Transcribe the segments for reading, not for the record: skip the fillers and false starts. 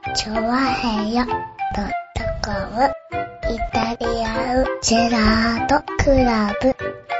チョワヘヨ.com イタリアンジェラートクラブ。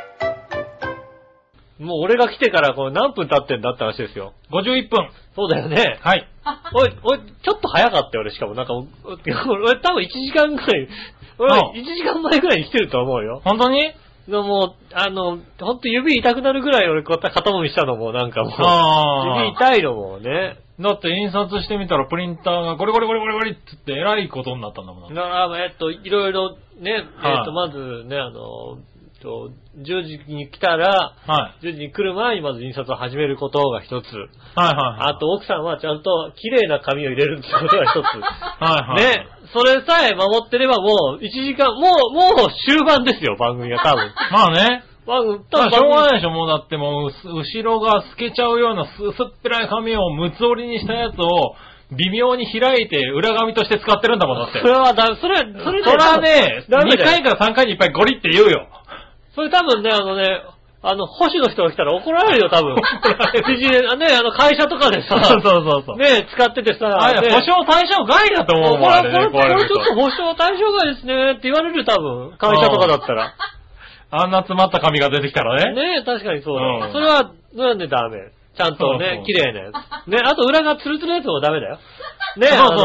もう俺が来てからこれ何分経ってんだって話ですよ。 51分。 そうだよね。 はい。 おい、ちょっと早かったよ俺、しかもなんか、俺多分1時間ぐらい、俺1時間前ぐらいに来てると思うよ。 本当に？ でも、ほんと指痛くなるぐらい俺肩もみしたのもなんかもう、指痛いのもね。 だって印刷してみたらプリンターがゴリゴリゴリゴリゴリって言って偉いことになったんだもんな。 だから、いろいろね、まずね、10時に来たら、 はい、 10時に来る前にまず印刷を始めることが一つ。 はいはい。 あと奥さんはちゃんと綺麗な紙を入れるってことが一つ。 はいはい。 ね、それさえ守ってればもう1時間、もう終盤ですよ、番組が多分。 まあね。 まあ、 しょうがないでしょ、もうだってもう、後ろが透けちゃうような薄っぺらい紙を六つ折りにしたやつを、微妙に開いて裏紙として使ってるんだもんだって。 それはね、 2回から3回にいっぱいゴリって言うよ。 それ多分ね、保守の人が来たら怒られるよ、多分。会社とかでさ、 そう。 ね、使っててさ、 保証対象外だと思うもん。 これちょっと保証対象外ですねって言われるよ、多分。会社とかだったら。 あんな詰まった紙が出てきたらね。 ねえ、確かにそうだ。それは、なんでダメ。ちゃんとね、綺麗なやつ。ね、あと裏がツルツルのやつもダメだよ。ね、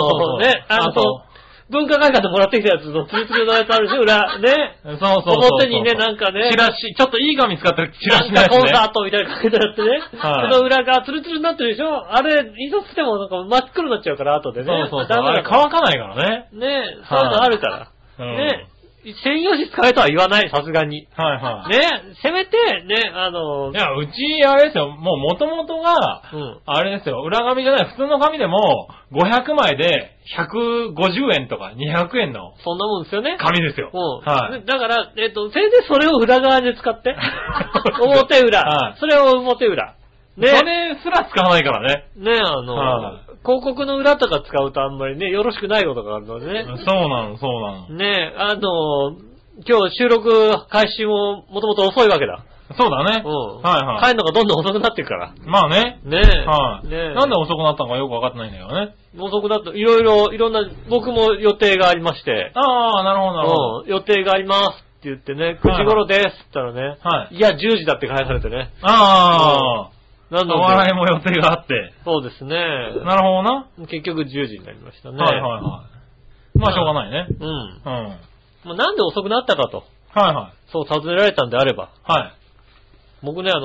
文化会館でもらってきたやつのツルツルのやつあるし、裏、ね。 そう。 表にね、なんかね。 チラシ、ちょっといい紙使ってるチラシのやつね。 コンサートみたいな感じでやってね。その裏がツルツルになってるでしょ。あれ、印刷してもなんか真っ黒になっちゃうから、後でね。 そう。あれ乾かないからね。 ね、そういうのあるから。ね。専用紙使えとは言わない、さすがに。 はい。 ね、せめて、ね、いや、うち、あれですよ、もう元々が、あれですよ、裏紙じゃない、普通の紙でも、500枚で150円とか200円の。 そんなもんですよね。 紙ですよ。 はい。だから、せいぜいそれを裏側で使って。表裏。それを表裏。 ね。それすら使わないからね。 ね、広告の裏とか使うとあんまりね、よろしくないことがあるのでね。 そうなの。 ね、今日収録開始ももともと遅いわけだ。 そうだね。 帰るのがどんどん遅くなっていくから。 まあね。 ねなんで遅くなったのかよくわかってないんだよね。 遅くなった、いろんな、僕も予定がありまして。 ああ、なるほど。 予定がありますって言ってね、9時頃ですって言ったらね。いや、10時だって返されてね。 ああ。お笑いも予定があって。 そうですね。 なるほどな。 結局10時になりましたね。 まあしょうがないね。 まあ、なんで遅くなったかと。そう尋ねられたんであれば。僕ね、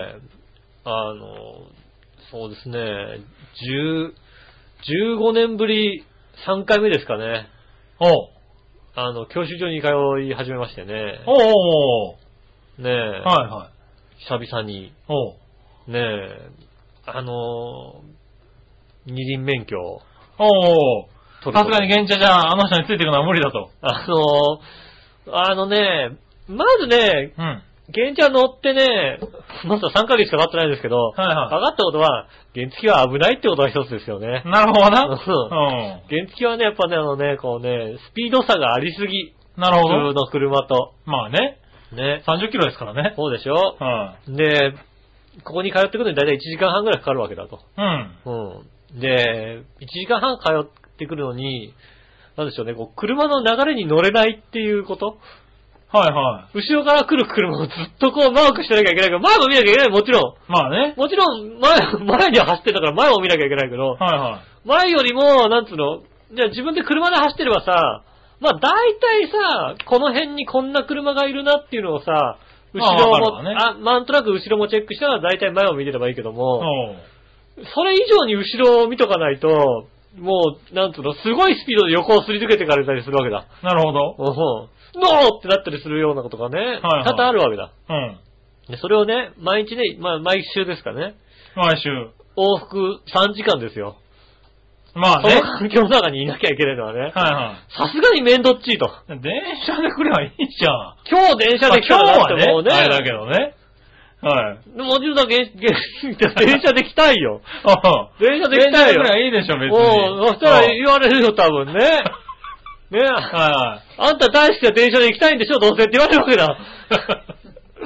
そうですね、15年ぶり3回目ですかね。教習所に通い始めましてね。ねえ。久々に。ねえ、二輪免許。 さすがに現茶じゃあの人についていくのは無理だと。 まずね、現茶乗ってね、まだ3ヶ月しか経ってないんですけど、分かったことは、原付は危ないってことが一つですよね。 なるほどな。 原付はね、やっぱね、スピード差がありすぎ。 なるほど。 普通の車と。 まあね。30キロですからね。 そうでしょ。で、ここに通ってくるのにだいたい1時間半ぐらいかかるわけだと。で、1時間半通ってくるのに、なんでしょうね、車の流れに乗れないっていうこと。後ろから来る車をずっとマークしてなきゃいけないから、前も見なきゃいけない、もちろん。 まあね。 もちろん、前には走ってたから前を見なきゃいけないけど、前よりも、なんつうの、じゃあ自分で車で走ってればさ、まあ大体さ、この辺にこんな車がいるなっていうのをさ、後ろも、なんとなく後ろもチェックしたら大体前を見てればいいけども、それ以上に後ろを見とかないと、もう、なんつうの、すごいスピードで横をすり抜けてかれたりするわけだ。 なるほど。 ノーってなったりするようなことがね、多々あるわけだ。でそれをね、毎日ね、毎週ですかね。 毎週。 往復3時間ですよ。 まあね。 その環境の中にいなきゃいけないのはね。さすがに面倒っちいと。 電車で来ればいいじゃん。 今日電車で来たらだってもうね。 あれだけどね。 もちろん電車で来たいよ。電車で来たいよ。 電車で来ればいいでしょ、別に。 そしたら言われるよ、多分ね。ねえ。あんた大好きな電車で行きたいんでしょ、どうせって言われるわけだ。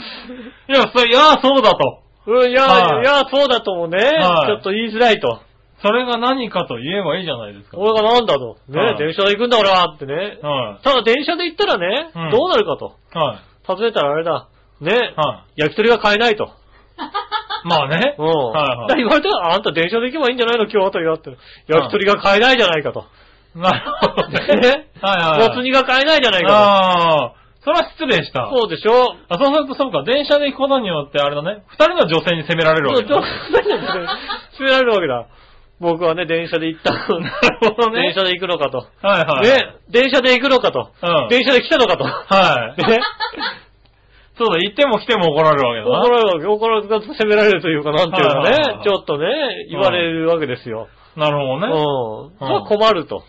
いや、そうだと。 いや、そうだともね、ちょっと言いづらいと。 それが何かと言えばいいじゃないですか。 俺がなんだと。ね、電車で行くんだ俺はってね。ただ電車で行ったらね、どうなるかと。尋ねたらあれだ。ね、焼き鳥が買えないと。 まあね。 だ言われたら、あんた電車で行けばいいんじゃないの今日あたりだって。焼き鳥が買えないじゃないかと。 なるほどね。 もつ煮が買えないじゃないかと。 それは失礼した。 そうでしょ。 そうするとそうか、電車で行くことによってあれだね、二人の女性に責められるわけだ。 責められるわけだ。僕はね、電車で行った。なるほどね。電車で行くのかと。ね、電車で行くのかと。電車で来たのかと。ね。 そうだ、行っても来ても怒られるわけだな。 怒られるわけ。怒られる、責められるというか、なんていうかね、ちょっとね、言われるわけですよ。 なるほどね。 まあ困ると。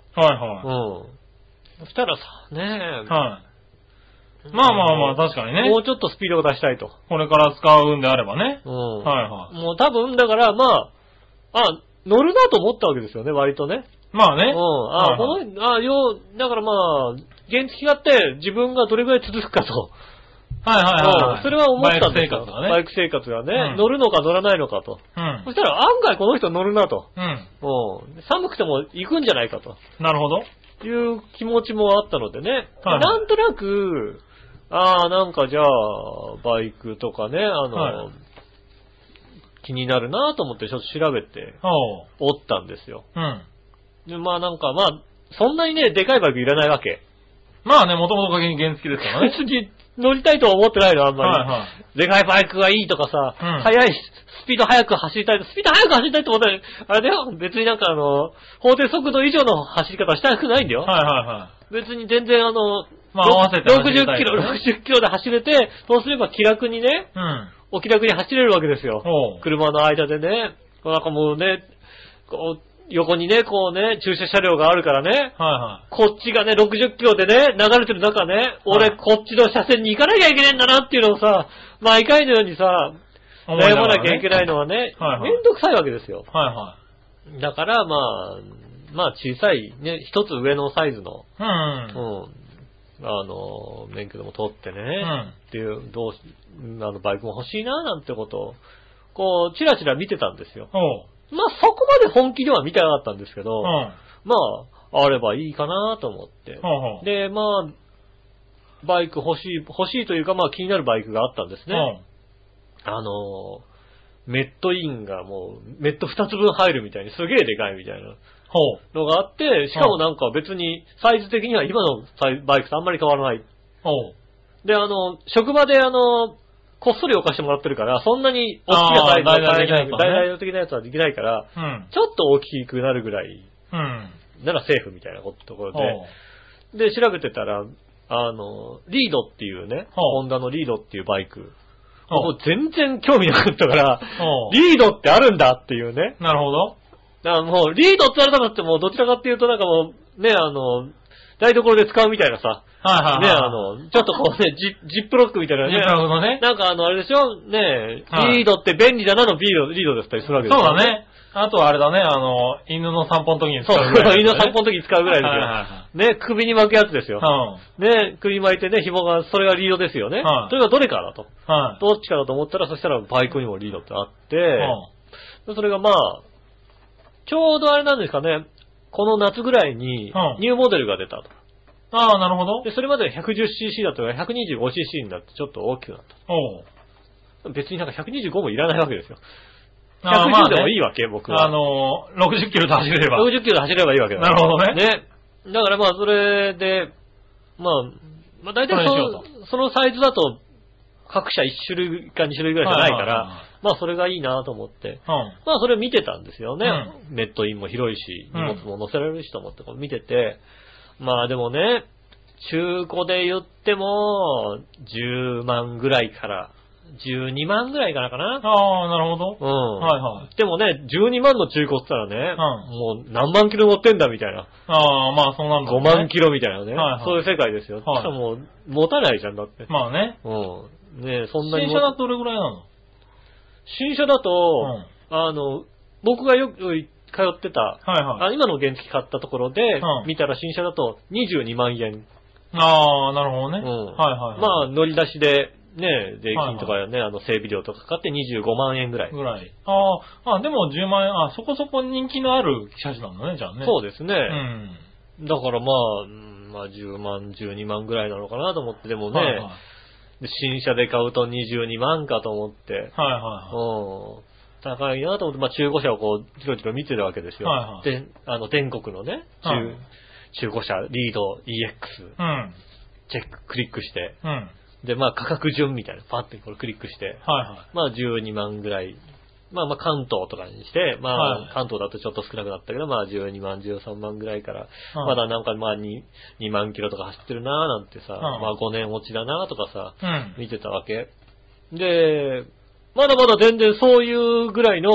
そしたらさ、ねまあ、確かにね。 もうちょっとスピードを出したいと。 これから使うんであればね。 もう多分、だから、乗るなと思ったわけですよね、割とね。 まあね。 だからまあ、原付があって自分がどれぐらい続くかと。それは思ったんですよ。バイク生活がね、乗るのか乗らないのかと。そしたら案外この人乗るなと。寒くても行くんじゃないかと。 なるほど。 いう気持ちもあったのでね。なんとなく、なんかじゃあ、バイクとかね、気になるなと思ってちょっと調べて、おったんですよ。でなんかそんなにね、でかいバイクいらないわけ。 まあね、もともと原付ですからね。 別に乗りたいとは思ってないの、あんまり。でかいバイクがいいとかさ、スピード速く走りたい。スピード速く走りたいって思ったら、あれだよ、別になんか法定速度以上の走り方したくないんだよ。別に全然合わせて60キロで走れて、そうすれば気楽にね、お気楽に走れるわけですよ。車の間でね。なんかもうね、横にね、こうね、駐車車両があるからね。こっちがね、60キロでね、流れてる中ね、俺こっちの車線に行かなきゃいけないんだなっていうのをさ、毎回のようにさ、悩まなきゃいけないのはね、めんどくさいわけですよ。だから小さいね、一つ上のサイズの、免許でも取ってね、っていう、バイクも欲しいな、なんてことを、こう、チラチラ見てたんですよ。そこまで本気では見てなかったんですけど、あればいいかなと思って。で、バイク欲しいというか、気になるバイクがあったんですね。メットインがもう、メット2つ分入るみたいにすげえでかいみたいなのがあって、しかもなんか別にサイズ的には今のバイクとあんまり変わらない。で、職場でこっそり置かしてもらってるから、そんなに大きなサイズは大々的なやつはできないから、ちょっと大きくなるぐらい、ならセーフみたいなところで、で、調べてたら、リードっていうね、ホンダのリードっていうバイク、もう全然興味なかったから、リードってあるんだっていうね。 なるほど。 だからもう、リードって言われたのってもうどちらかっていうとなんかもう、ね、台所で使うみたいなさ、ね、ちょっとこうね、ジップロックみたいなね。なるほどね。なんかあれでしょね、リードって便利だなのリードだったりするわけですよ。 そうだね。あとはあれだね、犬の散歩の時に使うぐらい、 そう、犬の散歩の時に使うぐらいですよ。ね、首に巻くやつですよ。ね、首に巻いてね、紐が、それがリードですよね。それがどれかだと。どっちかだと思ったら、そしたらバイクにもリードってあって、それがちょうどあれなんですかね、この夏ぐらいにニューモデルが出たと。 なるほど。 で、それまで 110cc だったのが 125cc になってちょっと大きくなった。別になんか125もいらないわけですよ。110でもいいわけ、僕は。 60キロで走れれば。 60キロで走ればいいわけだ。 なるほどね。 ね。だからそれで、大体そのサイズだと、各社1種類か2種類ぐらいじゃないから、それがいいなと思って、それを見てたんですよね。ネットインも広いし、荷物も載せられるしと思って見てて、でもね、中古で言っても、10万ぐらいから、12万ぐらいからかな。 なるほど。 でもね、12万の中古って言ったらね、もう何万キロ乗ってんだみたいな。 そうなんだ、 5万キロみたいなね。そういう世界ですよ。しかも、持たないじゃんだって。 ね。 ね、そんなに。 新車だとどれぐらいなの？ 新車だと、僕がよく通ってた、今の原付買ったところで、見たら新車だと22万円。 なるほどね。 乗り出しで、 ね、税金とかね、整備料とかかかって25万円ぐらい。 でも10万円、そこそこ人気のある車種なんだね、じゃあね。 そうですね。だからまあ10万、12万ぐらいなのかなと思って、でもね、で新車で買うと22万かと思って、高いなと思って、中古車をこう、ちろちろ見てるわけですよ。で、全国のね、中古車、リード EX、チェック、クリックして、で、価格順みたいな、パッてこれクリックして、12万ぐらい、関東とかにして、関東だとちょっと少なくなったけど、12万、13万ぐらいから、まだなんか2万キロとか走ってるなーなんてさ、5年落ちだなーとかさ、見てたわけ。で、まだまだ全然そういうぐらいの、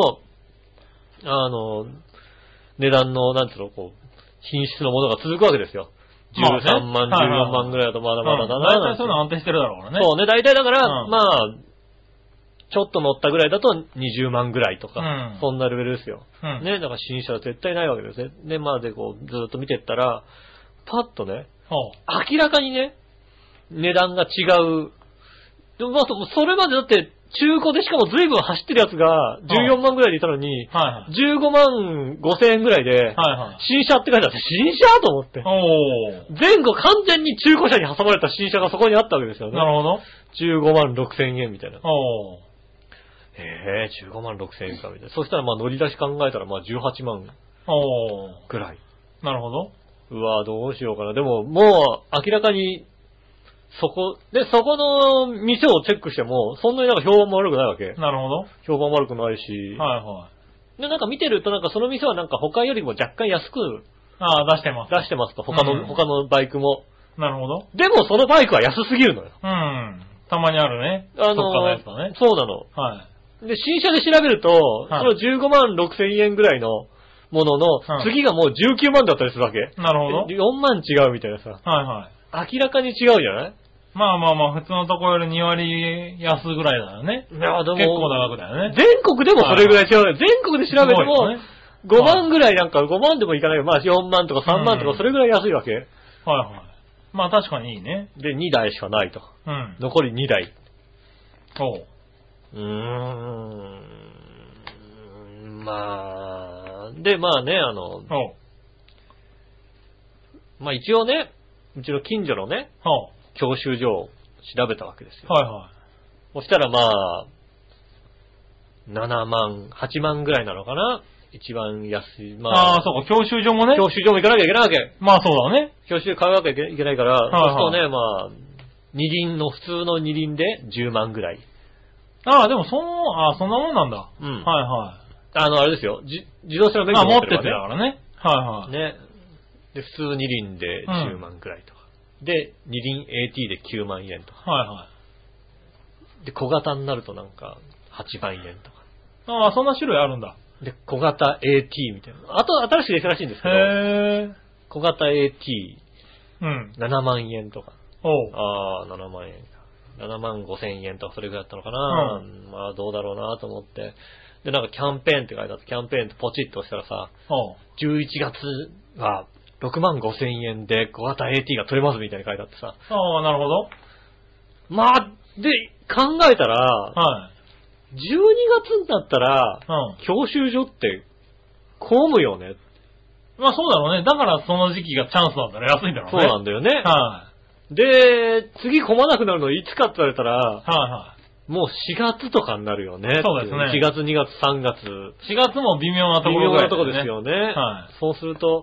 値段の、品質のものが続くわけですよ。13万、14万ぐらいだとまだまだだな。 大体そういうの安定してるだろうからね。 そうね、大体だから、ちょっと乗ったぐらいだと20万ぐらいとか、そんなレベルですよ。ね、だから新車は絶対ないわけですね。で、でこう、ずっと見てったら、パッとね、明らかにね、値段が違う。でもそれまでだって、中古でしかも随分走ってるやつが14万ぐらいでいたのに、15万5千円ぐらいで、新車って書いてあって、新車と思って。前後完全に中古車に挟まれた新車がそこにあったわけですよね。 なるほど。 15万6千円みたいな。15万6千円かみたいな。そしたら乗り出し考えたら18万ぐらい。 なるほど。 うわどうしようかな。でももう明らかに、そこの店をチェックしても、そんなに評判も悪くないわけ。 なるほど。 評判悪くないし。で、見てるとその店は他よりも若干安く。 出してます。 出してますと。他のバイクも。 なるほど。 でもそのバイクは安すぎるのよ。 たまにあるね。そっかのやつだね。 そうなの。で、新車で調べると、その15万6千円ぐらいのものの、次がもう19万だったりするわけ。 なるほど。 4万違うみたいなさ。明らかに違うじゃない？ 普通のところより2割安ぐらいだよね。 いや、でも。 結構な額だよね。 全国でもそれぐらい違うよ。全国で調べても、5万ぐらい5万でもいかないよ。4万とか3万とかそれぐらい安いわけ。 確かにいいね。 で、2台しかないと。残り2台。で、一応ね、うちの近所のね、教習所を調べたわけですよ。そしたら7万、8万ぐらいなのかな？一番安い。 そうか、教習所もね。 教習所も行かなきゃいけないわけ。 そうだね。 教習買うわけいけないから、そうするとね、二輪の、普通の二輪で10万ぐらい。 でもそんなもんなんだ。 あれですよ。自動車の免許持っててだからね。 ね。で、普通二輪で10万ぐらいとか。で、二輪 AT で9万円とか。で、小型になると8万円とか。 そんな種類あるんだ。 で、小型 AT みたいな。新しい列車らしいんですけど。小型 AT、7万円とか。7万円か。7万5千円とかそれぐらいだったのかな。どうだろうなと思って。で、キャンペーンって書いてあって、キャンペーンってポチッと押したらさ、11月は6万5千円で小型 AT が取れますみたいに書いてあってさ。 なるほど。 で、考えたら、12月になったら、教習所って混むよね。 そうだろうね。だからその時期がチャンスなんだね。安いんだろうね。 そうなんだよね。で、次混まなくなるのいつかって言われたら、もう4月とかになるよね。 そうですね。 4月、2月、3月。 4月も微妙なところぐらい、 微妙なところですよね。そうすると、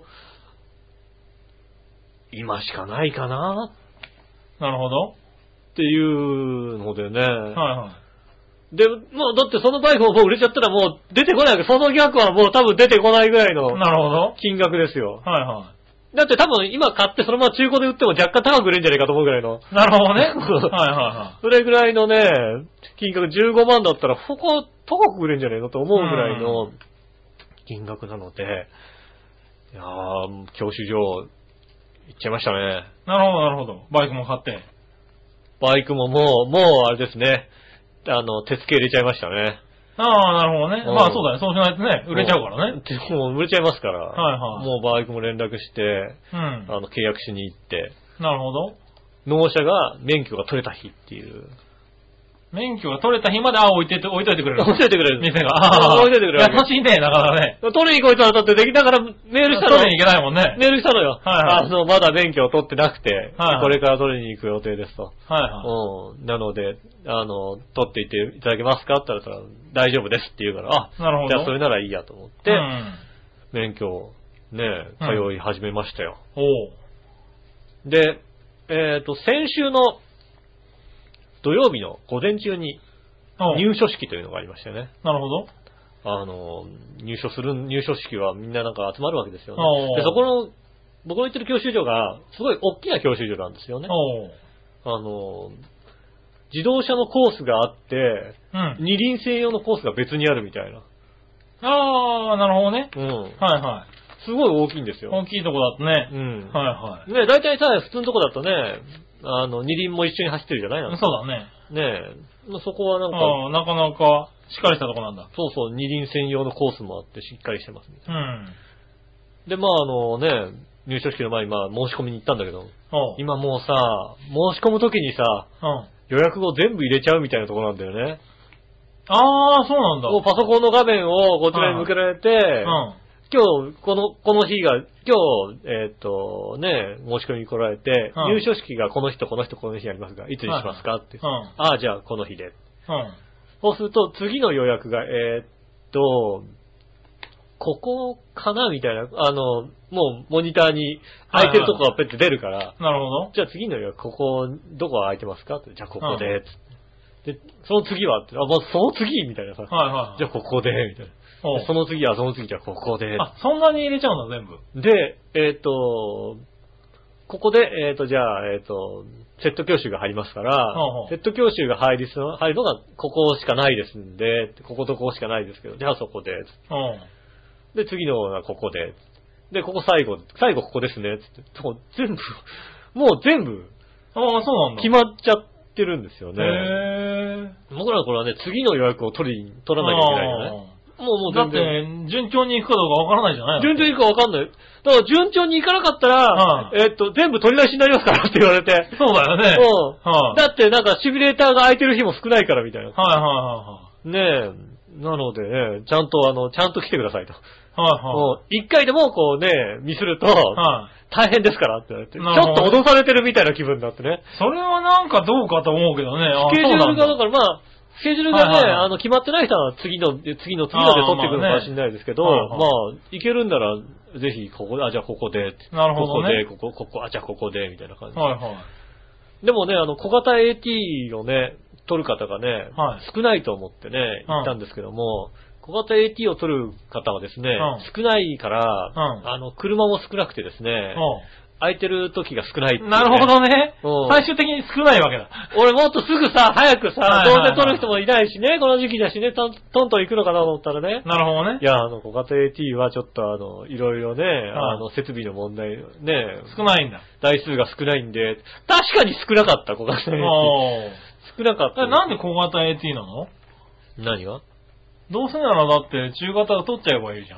今しかないかな。 なるほど。 っていうのでね。で、だってそのバイクももう売れちゃったらもう出てこないわけ。その額はもう多分出てこないぐらいの。 なるほど。 金額ですよ。だって多分今買ってそのまま中古で売っても若干高く売れるんじゃないかと思うぐらいの。 なるほどね。 それぐらいのね、金額15万だったら高く売れるんじゃないのと思うぐらいの金額なので、いやー、教習所行っちゃいましたね。 なるほど、なるほど。バイクも買って。 バイクももうあれですね。手付け入れちゃいましたね。 なるほどね。そうだね。そうしないとね、売れちゃうからね。 もう売れちゃいますから。もうバイクも連絡して、契約しに行って。 なるほど。 納車が免許が取れた日っていう。 免許が取れた日まで、置いといてくれる。 置いといてくれる。 店が。 置いといてくれる。 優しいね、だからね。 取りに来いとだってできながらメールしたの。 取りに行けないもんね。 メールしたのよ。 はいはい。 まだ免許を取ってなくて、 はいはい、 これから取りに行く予定ですと。 はいはい。 なので、取っていっていただけますかって言ったら、大丈夫ですって言うから、 なるほど。 じゃあそれならいいやと思って、免許をね、通い始めましたよ。で、先週の土曜日の午前中に入所式というのがありましたよね。 なるほど。 入所式はみんななんか集まるわけですよね。で、そこの、僕の行ってる教習所が、すごい大きな教習所なんですよね。自動車のコースがあって、二輪専用のコースが別にあるみたいな。 なるほどね。はいはい。 すごい大きいんですよ。 大きいとこだとね。はいはい。 ね、大体さ、普通のとこだとね、二輪も一緒に走ってるじゃない？ そうだね。 ねえ。そこはなんか。 なかなかしっかりしたとこなんだ。 そうそう、二輪専用のコースもあってしっかりしてますみたいな。で、入所式の前に申し込みに行ったんだけど、今もうさ、申し込むときにさ、予約を全部入れちゃうみたいなところなんだよね。 そうなんだ。 もうパソコンの画面をこちらに向けられて、今日、この日が、今日、申し込みに来られて、入所式がこの日とこの日とこの日ありますが、いつにしますかって。じゃあこの日で。そうすると、次の予約が、ここかなみたいな、もうモニターに空いてるとこがペッて出るから、 なるほど。 じゃあ次の予約、ここ、どこが空いてますかって、じゃあここで、で、その次はって、その次みたいなさ、じゃあここで、みたいな。その次はその次じゃここで。 そんなに入れちゃうんだ、全部。 で、ここで、じゃあ、セット教習が入りますから、セット教習が入るのがここしかないですんで、こことここしかないですけど、じゃあそこで。で、次のがここで。で、ここ最後ここですね、つって。もう全部、 そうなんだ。 決まっちゃってるんですよね。僕らの頃はね、次の予約を取らなきゃいけないよね。もうだって、順調に行くかどうかわからないじゃない？ 順調に行くかわかんない。だから順調に行かなかったら、全部取り出しになりますからって言われて。 そうだよね。 だってなんかシミュレーターが空いてる日も少ないからみたいな。ねえ。なのでね、ちゃんと来てくださいと。一回でもこうね、ミスると、大変ですからって言われて、ちょっと脅されてるみたいな気分になってね。 それはなんかどうかと思うけどね。 スケジュールがだからスケジュールがね、決まってない人は次ので取ってくるのかもしれないですけど、いけるんなら、ぜひ、ここで、じゃあここで、 なるほどね。 ここ、じゃあここで、みたいな感じで。でもね、小型 AT をね、取る方がね、少ないと思ってね、言ったんですけども、小型 AT を取る方はですね、少ないから、車も少なくてですね、空いてる時が少ないっていうね。 なるほどね。最終的に少ないわけだ。 俺もっとすぐさ、早くさ、どうせ取る人もいないしね、この時期だしね、トントン行くのかなと思ったらね。 なるほどね。 いや、小型 AT はちょっといろいろね、設備の問題ね。 少ないんだ。 台数が少ないんで、確かに少なかった、小型 AT。少なかった。 なんで小型 AT なの？ 何が？ どうせならだって中型を取っちゃえばいいじゃん。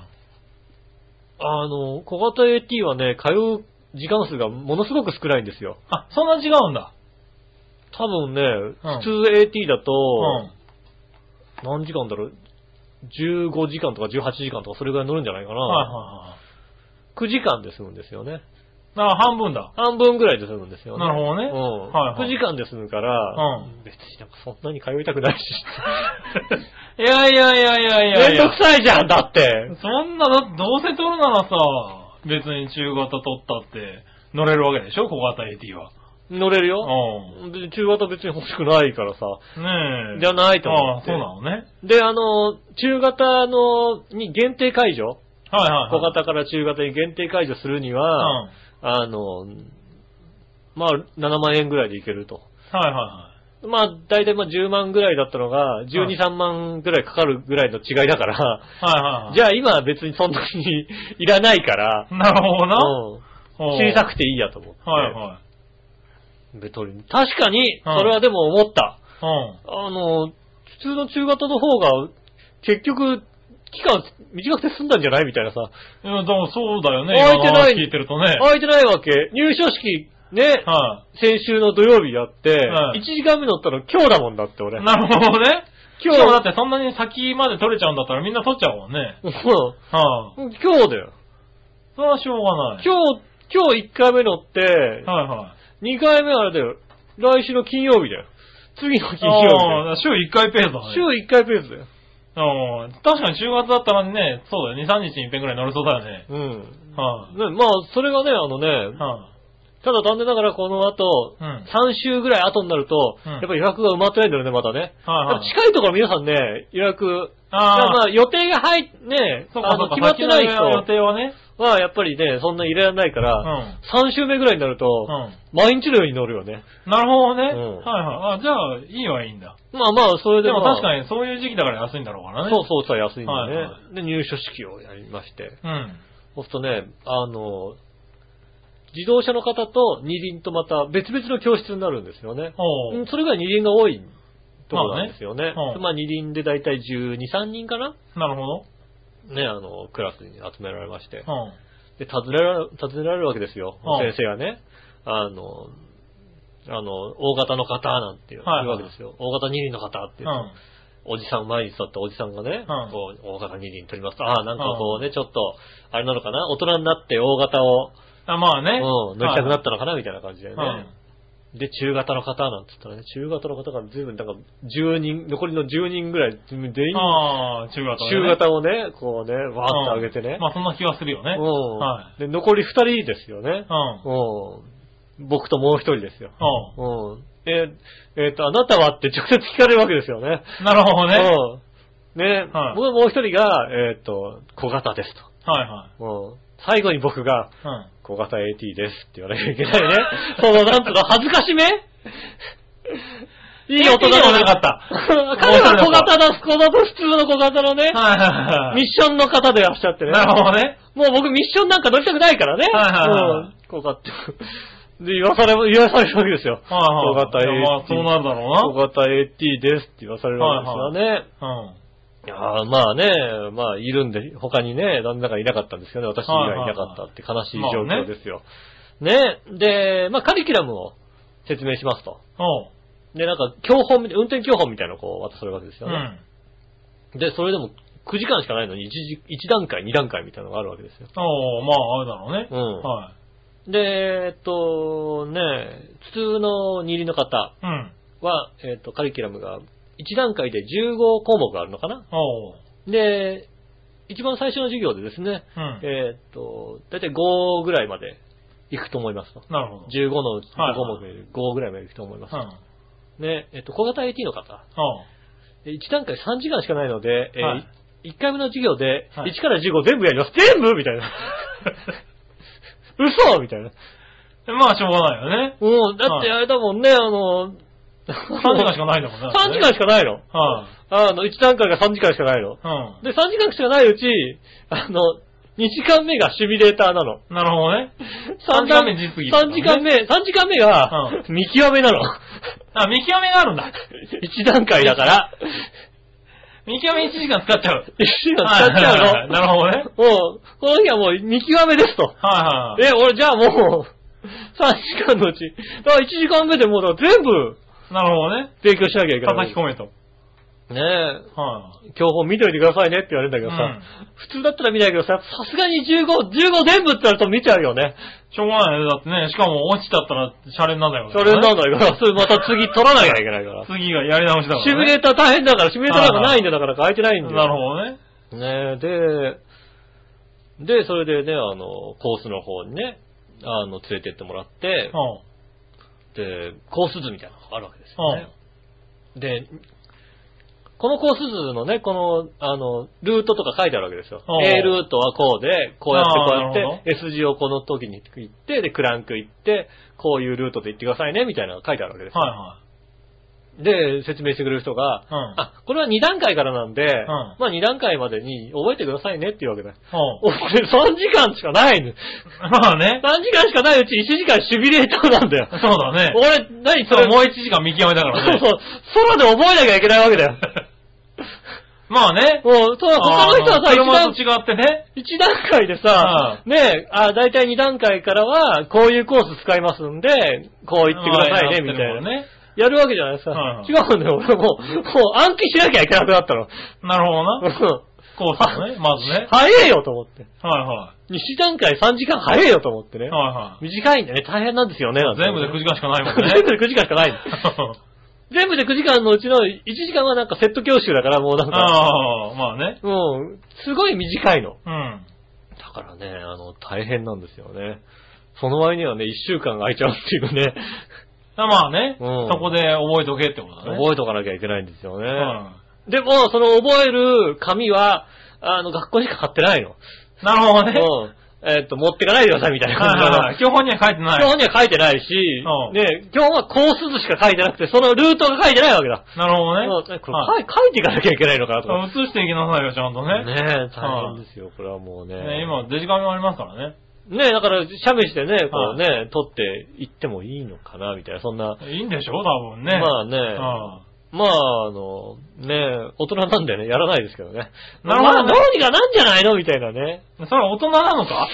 小型 AT はね、通う時間数がものすごく少ないんですよ。 そんな違うんだ。 多分ね、普通 AT だと、何時間だろう、15時間とか18時間とかそれぐらい乗るんじゃないかな。9時間で済むんですよね。 半分だ。 半分ぐらいで済むんですよね。 なるほどね。 9時間で済むから、別になんかそんなに通いたくないし。 いや。 めんどくさいじゃん、だって。 そんな、どうせ取るならさ、別に中型取ったって乗れるわけでしょ、小型 AT は。 乗れるよ。中型別に欲しくないからさ。 ねえ。 じゃないと思って。 そうなのね。 で、中型に限定解除。小型から中型に限定解除するには、7万円ぐらいでいけると。だいたい10万ぐらいだったのが、12、3万ぐらいかかるぐらいの違いだから、じゃあ今は別にそんなにいらないから、 なるほどな。 小さくていいやと思って。確かに、それはでも思った。普通の中型の方が、結局、期間短くて済んだんじゃないみたいなさ。 いや、でもそうだよね。 空いてない。 聞いてるとね。 空いてないわけ。入所式ね、先週の土曜日やって、1時間目乗ったの今日だもんだって俺。 なるほどね。今日だってそんなに先まで取れちゃうんだったらみんな取っちゃうもんね。 今日だよ。 それはしょうがない。 今日1回目乗って、2回目あれだよ。来週の金曜日だよ。次の金曜日だよ。 週1回ペースだね。 週1回ペースだよ。 確かに週末だったらね、そうだよ。2、3日に1遍くらい乗れそうだよね。 まあ、それがね、ただ残念ながらこの後、3週ぐらい後になると、やっぱり予約が埋まってないんだよね、またね。近いところ皆さんね、予約、まあ予定が決まってない人予定はね。 やっぱりね、そんな入れられないから、3週目ぐらいになると、毎日のように乗るよね。 なるほどね。じゃあ、いいはいいんだ。 まあ、それでも。 でも確かにそういう時期だから安いんだろうからね。 そう、安いんだね。で、入所式をやりまして。そうするとね、自動車の方と二輪とまた別々の教室になるんですよね。それが二輪が多いところなんですよね。まあ二輪でだいたい12、3人かな。 なるほど。 ね、クラスに集められまして。で、尋ねられるわけですよ。先生がね。大型の方なんて言うわけですよ。大型二輪の方って言うと。おじさん、前に座ったおじさんがね、こう、大型二輪取りますと、なんかこうね、ちょっと、あれなのかな、大人になって大型を、 まあね。 乗りたくなったのかな、みたいな感じでね。で、中型の方なんつったらね、中型の方が随分、なんか、10人、残りの10人ぐらい、全員、中型をね、こうね、わーって上げてね。 まあそんな気はするよね。 で、残り2人ですよね。僕ともう1人ですよ。あなたはって直接聞かれるわけですよね。 なるほどね。 ね、僕はもう一人が、小型ですと。最後に僕が、小型 AT ですって言わなきゃいけないね。なんとか恥ずかしめいい大人じゃなかった。彼は小型だ、普通の小型のね、ミッションの方でいらっしゃってね。 なるほどね。 もう僕ミッションなんか乗りたくないからね。小型。で、言わされるわけですよ。小型 AT。 そうなんだろうな。 小型 AT ですって言わされるわけですよね。まあね、いるんで、他にね、旦那がいなかったんですけどね、私以外いなかったって悲しい状況ですよ。ね。で、カリキュラムを説明しますと。で、なんか、運転教本みたいなのをこう渡されるわけですよね。で、それでも9時間しかないのに1段階、2段階みたいなのがあるわけですよ。 まあ、あれだろうね。 で、普通の二輪の方は、カリキュラムが1段階で15項目があるのかな。で、一番最初の授業でですね、だいたい5ぐらいまで行くと思いますと。 なるほど。 15のうち5項目で5ぐらいまで行くと思いますと。ね、小型 AT の方。1段階3時間しかないので、1回目の授業で1から15全部やります。全部みたいな。嘘みたいな。 まあ、しょうがないよね。 だってあれだもんね、 3時間しかないんだもんね。 3時間しかないの。1段階が3時間しかないの。で、3時間しかないうち、2時間目がシミュレーターなの。 なるほどね。3時間目実技。 3時間目が、見極めなの。 見極めがあるんだ。 1段階だから。 見極め1時間使っちゃう。 1時間使っちゃうの。 なるほどね。 この日はもう見極めですと。俺じゃあもう、3時間のうち、だから1時間目でもう全部、 なるほどね。 勉強しなきゃいけない。 叩き込めと。 ねえ。教本見といてくださいねって言われるんだけどさ、普通だったら見ないけどさすがに15全部って言われると見ちゃうよね。 しょうがないね。だってね、しかも落ちちゃったらシャレになんないから。 シャレになんないから、それまた次取らなきゃいけないから。 次がやり直しだから、ね。 シミュレーター大変だから、シミュレーターなんかないんだから書いてないんだよ。 なるほどね。 ねえ、で、それでね、コースの方にね、連れてってもらって、で、コース図みたいなのがあるわけですよね。で、このコース図のね、ルートとか書いてあるわけですよ。A ルートはこうで、こうやって、S 字をこの時に行って、で、クランク行って、こういうルートで行ってくださいね、みたいなのが書いてあるわけですよ。で、説明してくれる人が、これは2段階からなんで、2段階までに覚えてくださいねっていうわけだ。3時間しかないの。 まあね。 3時間しかないうち1時間シミュレーターなんだよ。 そうだね。 それもう1時間見極めだからね。 そう。空で覚えなきゃいけないわけだよ。 まあね。 他の人はさ、 車と違ってね。 一段階でさ、ね、だいたい2段階からは、こういうコース使いますんで、こう言ってくださいね、みたいなね。やるわけじゃないですか。違うんだよ、俺もう暗記しなきゃいけなくなったの。 なるほどな。コースね、まずね。 早えよと思って。 はいはい。 2段階3時間早えよと思ってね。 はいはい。 短いんでね、大変なんですよね。 全部で9時間しかないもんね。 全部で9時間しかない。全部で9時間のうちの1時間はなんかセット教習だからもうなんか。 まあね。 すごい短いの。 うん。 だからね、大変なんですよね。その割にはね、1週間空いちゃうっていうね。 まあね、そこで覚えとけってことだね。 覚えとかなきゃいけないんですよね。でも、その覚える紙は、学校にかかってないの。 なるほどね。 持ってかないでくださいみたいな感じだ。 教本には書いてない。 教本には書いてないし、ね、教本はコース図しか書いてなくて、そのルートが書いてないわけだ。 なるほどね。 これ書いていかなきゃいけないのかなとか。 写していきなさいよ、ちゃんとね。 ねえ、大変ですよ、これはもうね。 ね、今、デジカメもありますからね。 ねえ、だから、写メしてね、こうね、撮っていってもいいのかな、みたいな、そんな。 いいんでしょ、多分ね。 まあね。まあ、ね、大人なんでね、やらないですけどね。 なるほど、ね。 どうにかなんじゃないのみたいなね。 それは大人なのか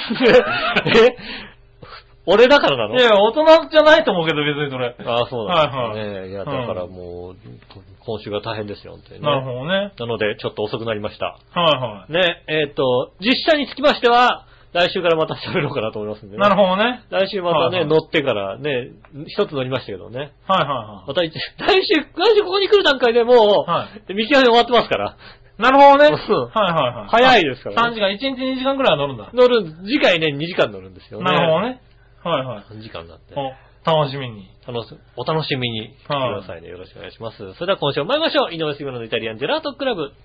俺だからなの？ いや、大人じゃないと思うけど、別にそれ。 ああ、そうなんですね。はいはい、いや、だからもう、今週が大変ですよ、本当にね。 なるほどね。 なので、ちょっと遅くなりました。 はいはい。 ね、実写につきましては、来週からまた喋ろうかなと思いますんでね。 なるほどね。 来週またね、乗ってからね、一つ乗りましたけどね。 はいはいはい。 また来週ここに来る段階でもう、見極め終わってますから。 なるほどね。はいはいはい。 早いですからね。3時間、1日2時間くらいは乗るんだ。 次回ね、2時間乗るんですよね。 なるほどね。はいはい。 3時間になって。 楽しみに。 お楽しみに来てくださいね。よろしくお願いします。それでは今週も参りましょう。井上杉村のイタリアンジェラートクラブ。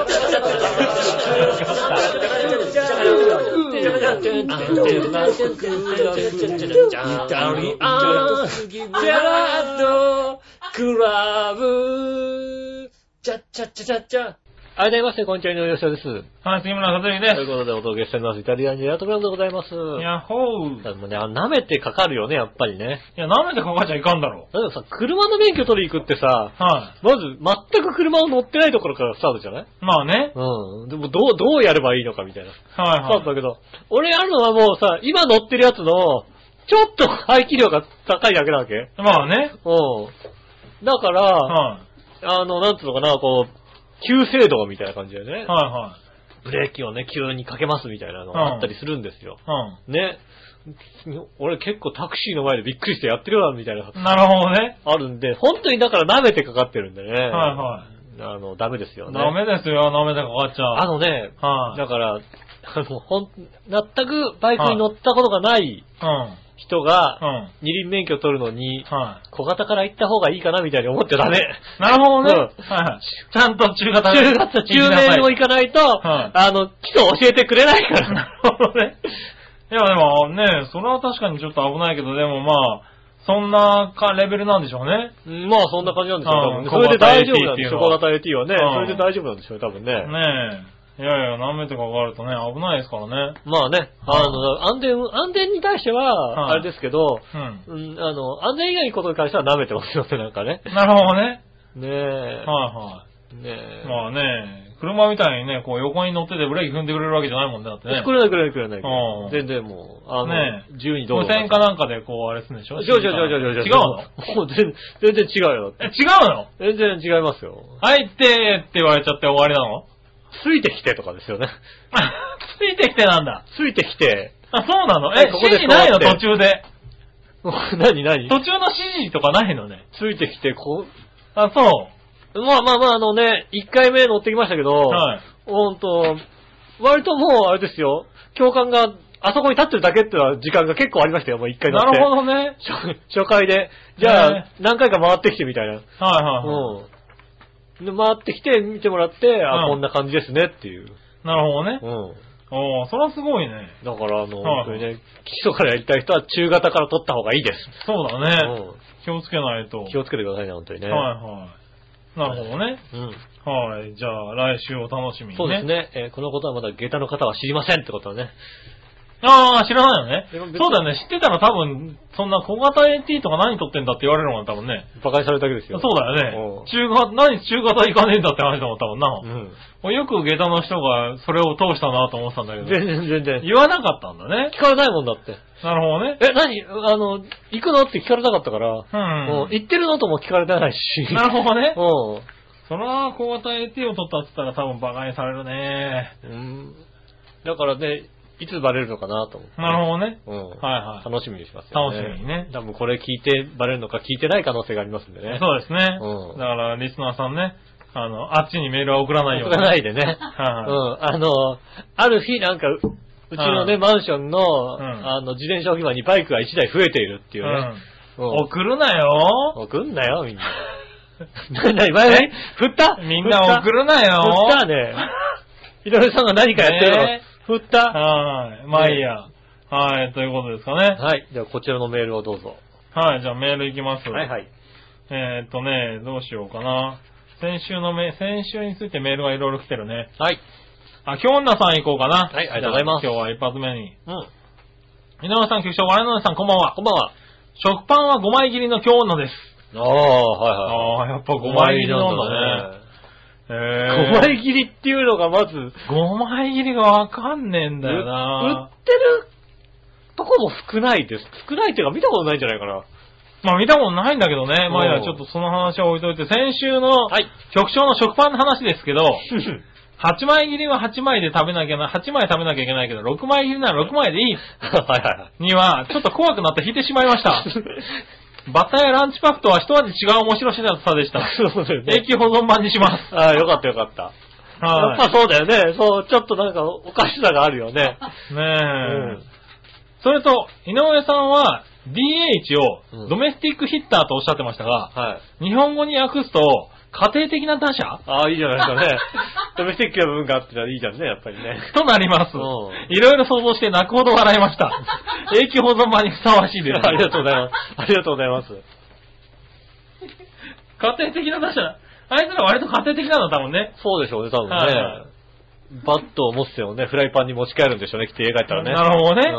ありがとうございます。こんにちは、井上芳雄です。 はい、杉村和之です。 ということでお届けしております。イタリアンジェラートクラブでございます。 やっほー。 でもね、舐めてかかるよね、やっぱりね。 いや、舐めてかかっちゃいかんだろう。 だってさ、車の免許取り行くってさ、まず、全く車を乗ってないところからスタートじゃない？ まあね。 でも、どうやればいいのかみたいな。 はい。 そうだけど、俺あるのはもうさ、今乗ってるやつの、ちょっと排気量が高いだけなわけ？ まあね。 だから、なんつうのかな、こう、急制度みたいな感じでね。ブレーキをね、急にかけますみたいなのがあったりするんですよ。ね。俺結構タクシーの前でびっくりしてやってるわ、みたいな。 なるほどね。 あるんで、本当にだから舐めてかかってるんでね。ダメですよね。 ダメですよ、舐めてかかっちゃう。 だから、全くバイクに乗ったことがない人が、二輪免許取るのに、小型から行った方がいいかなみたいに思ってダメ。 なるほどね。ちゃんと中年を行かないと、基礎を教えてくれないから。 なるほどね。いや、でもね、それは確かにちょっと危ないけど、でもまあ、そんなレベルなんでしょうね。 まあ、そんな感じなんでしょう、多分ね。それで大丈夫なんでしょう、小型 AT はね。それで大丈夫なんでしょう、多分ね。 ねえ。いやいや、舐めてかかるとね、危ないですからね。 まあね、安全に対しては、あれですけど、安全以外のことに関しては舐めてますよね、なんかね。 なるほどね。 ねえ。ねえ。 まあね、車みたいにね、こう横に乗っててブレーキ踏んでくれるわけじゃないもんね、だってね。 くれない。全然もう、自由にどうぞ。 無線かなんかでこう、あれするんでしょ？違うの？もう全然違うよ。 違うの？ 全然違いますよ。 はいって言われちゃって終わりなの？ ついてきてとかですよね。 ついてきてなんだ。 ついてきて。 あ、そうなの？指示ないの？途中で。 何途中の指示とかないのね。 ついてきて、 あ、そう。 まあ、1回目乗ってきましたけど、割ともう、あれですよ、教官が、あそこに立ってるだけっていうのは時間が結構ありましたよ、もう1回乗って。 なるほどね。 初回で。じゃあ、何回か回ってきてみたいな。で、回ってきて、見てもらって、こんな感じですねっていう。 なるほどね。それはすごいね。 だから、本当にね、基礎からやりたい人は中型から取った方がいいです。 そうだね。気をつけないと。 気をつけてくださいね、本当にね。 なるほどね。じゃあ、来週お楽しみにね。 そうですね。このことはまだ下駄の方は知りませんってことはね。 ああ、知らないよね。そうだよね。知ってたら多分、そんな小型 AT とか何撮ってんだって言われるもん多分ね。 馬鹿にされただけですよ。 そうだよね。何中型行かねえんだって話だもん多分な。うん。よく下駄の人がそれを通したなと思ってたんだけど。 全然。 言わなかったんだね。 聞かれないもんだって。 なるほどね。 行くのって聞かれなかったから。行ってるのとも聞かれてないし。 なるほどね。そら、小型 AT を取ったって言ったら多分馬鹿にされるね。 だからね、いつバレるのかなと思って。 なるほどね。 はい。楽しみにしますよね。 楽しみにね。 多分これ聞いてバレるのか聞いてない可能性がありますんでね。 そうですね。だからリスナーさんね、あっちにメールは送らないように。 送らないでね。ある日なんか、うちのね、マンションの、自転車置き場にバイクが1台増えているっていうね。 送るなよ。 送んなよ、みんな。何前振ったみんな送るなよ。 振ったね。井上さんが何かやってるの振った。 はい。まあいいや。はい、ということですかね。 はい。じゃあこちらのメールをどうぞ。 はい、じゃあメールいきます。 はい。 どうしようかな。先週についてメールがいろいろ来てるね。 はい。 京女さん行こうかな。 はい、ありがとうございます。 今日は一発目に。井上さん、局長、我々さん、こんばんは。 こんばんは。 食パンは5枚切りの京女です。 はい。 やっぱ5枚切りなんだね。 5枚切りっていうのがまず。 5枚切りがわかんねえんだよな。 売ってるとこも少ないです。少ないっていうか見たことないんじゃないかな。 まあ見たことないんだけどね。まあいや、ちょっとその話は置いといて、先週の局長の食パンの話ですけど、8枚切りは8枚で食べなきゃ8枚食べなきゃいけないけど、6枚切りなら6枚でいい。には、ちょっと怖くなって引いてしまいました。バッタやランチパックとは一味違う面白さでした。 そうですね。 永久保存版にします。 ああ、よかった。やっぱそうだよね。そう、ちょっとなんかおかしさがあるよね。 ねえ。それと、井上さんは DH をドメスティックヒッターとおっしゃってましたが、日本語に訳すと、家庭的な打者？ ああ、いいじゃないですかね。ドメスティックな部分があっていいじゃんね、やっぱりね。 となります。いろいろ想像して泣くほど笑いました。永久保存版にふさわしいです。 ありがとうございます。ありがとうございます。 家庭的な打者。あいつら割と家庭的なの多分ね。 そうでしょうね、多分ね。バットを持つよね、フライパンに持ち帰るんでしょうね、きっと家帰ったらね。 なるほどね。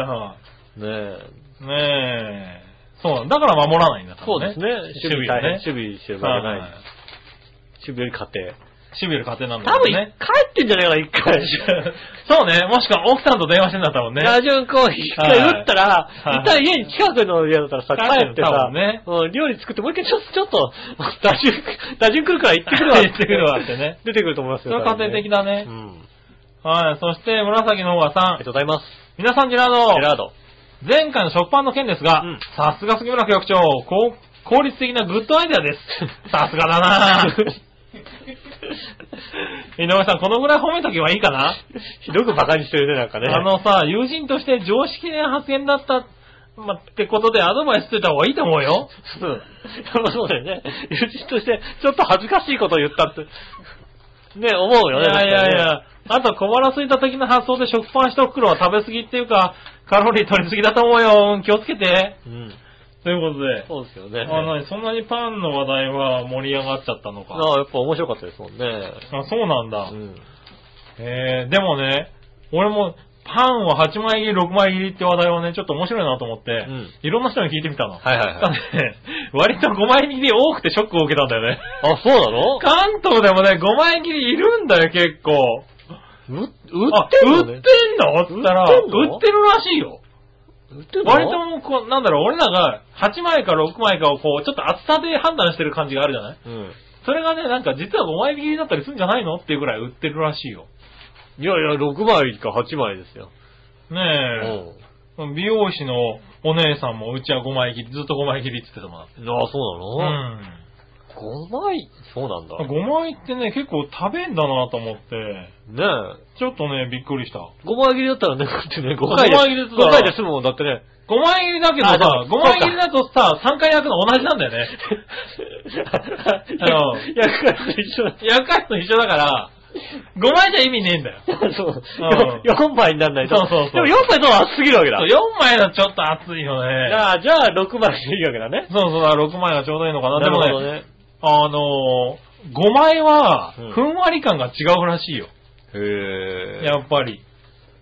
ねえ。そうなんだから守らないんだ、 そうですね。守備大変。守備してるわけない。守備より家庭。 守備より家庭なんだよね。 多分帰ってんじゃねえかな、一回。 そうね。もしくは奥さんと電話してんだったもんね。 打順こう、一回打ったら、一旦家に近くの家だったらさ、帰ってさ、料理作ってもう一回ちょっと、打順来るから行ってくるわ。 行ってくるわってね。 出てくると思いますよ。 それは家庭的だね。はい。そして、紫の方はさん。 ありがとうございます。 皆さん、ジェラード。前回の食パンの件ですが、さすが杉村局長、効率的なグッドアイデアです。さすがだなぁ。井上さん、このぐらい褒めとけばいいかな？ ひどく馬鹿にしてるね、なんかね。 友人として常識的な発言だった、ってことでアドバイスしてた方がいいと思うよ。 そうだよね。友人として、ちょっと恥ずかしいことを言ったって。ね、思うよね。 いや。あと、小腹空いた時の発想で食パン一袋は食べ過ぎっていうか、カロリー取りすぎだと思うよ。気をつけて。ということで。 そうですよね。 そんなにパンの話題は盛り上がっちゃったのか。 やっぱ面白かったですもんね。 そうなんだ。でもね、俺もパンは8枚切り、6枚切りって話題はね、ちょっと面白いなと思って、いろんな人に聞いてみたの。割と5枚切り多くてショックを受けたんだよね。 あ、そうなの？ 関東でもね、5枚切りいるんだよ、結構。 売ってんのって言ったら、売ってるらしいよ。割ともう、なんだろう、俺らが8枚か6枚かをこう、ちょっと厚さで判断してる感じがあるじゃない？それがね、なんか実は5枚切りだったりするんじゃないのっていうぐらい売ってるらしいよ。 いや、6枚か8枚ですよ。 ねえ。美容師のお姉さんもうちは5枚切り、ずっと5枚切りって言ってたもん。 ああ、そうなの？5枚そうなんだ。 5枚ってね、結構食べんだなと思って。 ねえ。 ちょっとね、びっくりした。 5枚切りだったらね、こうやってね、5回で済むもんだってね。 5枚切りだけどさ、5枚切りだとさ、3回焼くの同じなんだよね。 焼くやつ一緒だ。 焼くやつと一緒だから、5枚じゃ意味ねえんだよ。 そう。4枚にならないと。 そう。 でも4枚と熱すぎるわけだ。 4枚だとちょっと熱いよね。 じゃあ6枚でいいわけだね。 そう、6枚がちょうどいいのかな。 でもね。 5枚は、ふんわり感が違うらしいよ。 へぇやっぱり。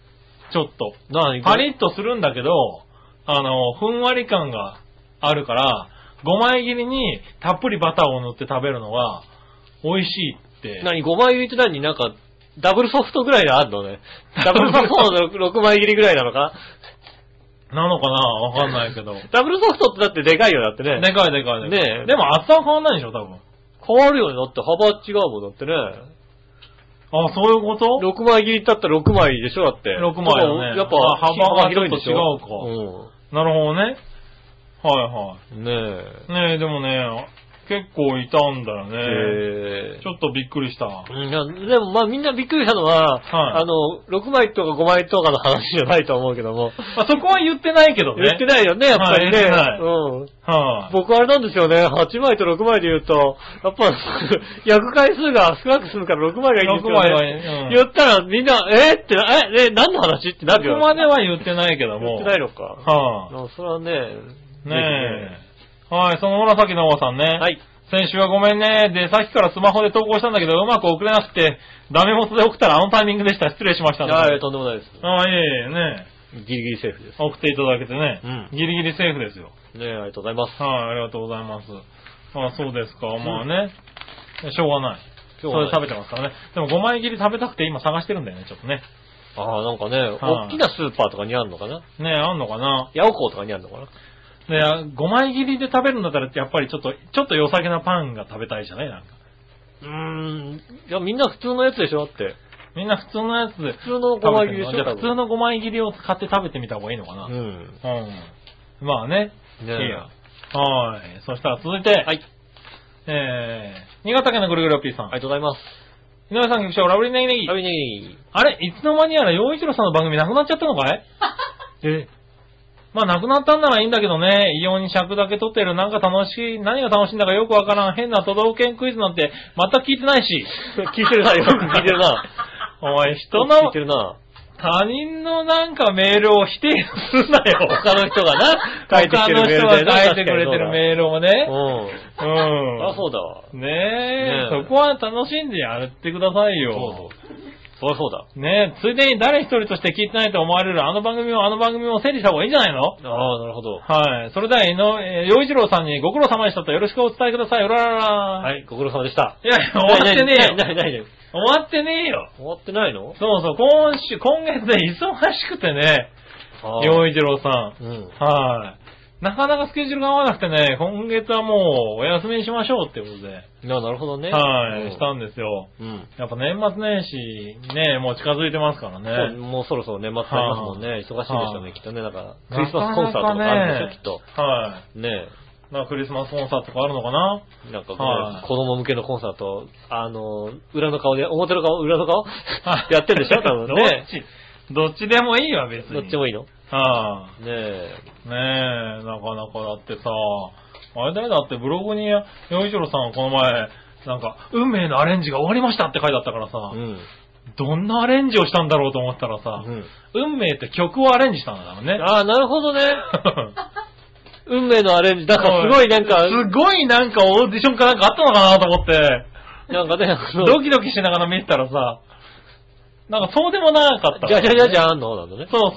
ちょっと。 何パリッとするんだけど、ふんわり感があるから、5枚切りにたっぷりバターを塗って食べるのが美味しいって。 何 ?5 枚切りって何なんか、ダブルソフトぐらいであるのね。ダブルソフトの6枚切りぐらいなのかなのかなわかんないけど。 ダブルソフトってだってでかいよ、だってね。 でかいでかい。 ねえ。 でも厚さは変わんないでしょ、多分。 変わるよね。だって幅違うもんだってね。 あ、そういうこと ?6 枚切りだったら6枚でしょだって。 6枚だね。 やっぱ幅が広いんでしょ。違うか。なるほどね。はいはい。 ねえ。ねえ、でもね、結構いたんだよね。ちょっとびっくりした。 いや、でもまあみんなびっくりしたのは、はい、6枚とか5枚とかの話じゃないと思うけども。 まあ、そこは言ってないけどね。 言ってないよね、やっぱりね。 言ってない。 はい、僕あれなんですよね、8枚と6枚で言うと、やっぱ焼く回数が少なく済むから6枚がいいんですよね。6枚は、言ったらみんな、何の話ってなるよ。 そこまでは言ってないけども。 言ってないのか。 はそれはね、 ねえ。はい、その紫のおばさんね。 はい。 先週はごめんね。で、さっきからスマホで投稿したんだけど、うまく送れなくて、ダメ元で送ったらあのタイミングでした。失礼しました。 とんでもないです。 いえね。 ギリギリセーフです。 送っていただけてね。ギリギリセーフですよ。 ねありがとうございます。 はい、ありがとうございます。あ、そうですか。まあね。しょうがない。それ食べてますからね。でも5枚切り食べたくて今探してるんだよね、ちょっとね。 ああ、なんかね、大きなスーパーとかにあるのかなねあんのかなヤオコーとかにあるのかなで、5枚切りで食べるんだったら、やっぱりちょっと良さげなパンが食べたいじゃないなんか。 いや、みんな普通のやつでしょって。 みんな普通のやつで。 普通の5枚切りでしょ。 じゃあ普通の5枚切りを買って食べてみた方がいいのかな。まあね。いいや。はい。そしたら続いて。はい。新潟県のぐるぐるおっぴーさん。 ありがとうございます。 井上さん局長、ラブリーネギネギ。 ラブリーネギネギ。 あれいつの間にやら陽一郎さんの番組なくなっちゃったのかいまあ、なくなったんならいいんだけどね、異様に尺だけ取ってる、何が楽しいんだかよくわからん、変な都道府県クイズなんて全く聞いてないし。 聞いてるな、よく聞いてるな。 おい、聞いてるな。他人のなんかメールを否定するなよ。 他の人がな、書いてくれてるメール他の人が書いてくれてるメールをね。 あ、そうだわ。 ねえ、そこは楽しんでやってくださいよ。 そうだ。 ねえ、ついでに誰一人として聞いてないと思われるあの番組も整理した方がいいんじゃないの？ ああ、なるほど。 はい。それでは、洋一郎さんにご苦労様でしたとよろしくお伝えください。うららら。 はい、ご苦労様でした。 いや、終わってねえよ。 終わってねえよ。 終わってないの？ そうそう、今月で忙しくてね、洋一郎さん。はい。なかなかスケジュールが合わなくてね、今月はもうお休みにしましょうってことで。 なるほどね。 はい、したんですよ。やっぱ年末年始ね、もう近づいてますからね。 もうそろそろ年末になりますもんね。忙しいでしょうね、きっとね。なんか、クリスマスコンサートとかあるんでしょ、きっと。 はい。 ねなんかクリスマスコンサートとかあるのかななんか子供向けのコンサート、裏の顔で、表の顔、裏の顔やってんでしょ多分ね。 どっちでもいいわ、別に。 どっちもいいのああ。 ねえ、 なかなかだってさ、あれだよ、だってブログに、洋一郎さんこの前、なんか、運命のアレンジが終わりましたって書いてあったからさ、どんなアレンジをしたんだろうと思ったらさ、運命って曲をアレンジしたんだもんね。 ああ、なるほどね。運命のアレンジ、なんかすごいなんか、 すごいなんかオーディションかなんかあったのかなと思って、 なんかね、 ドキドキしながら見てたらさ、なんかそうでもなかった、 ね。じゃんのなんだね。 そう。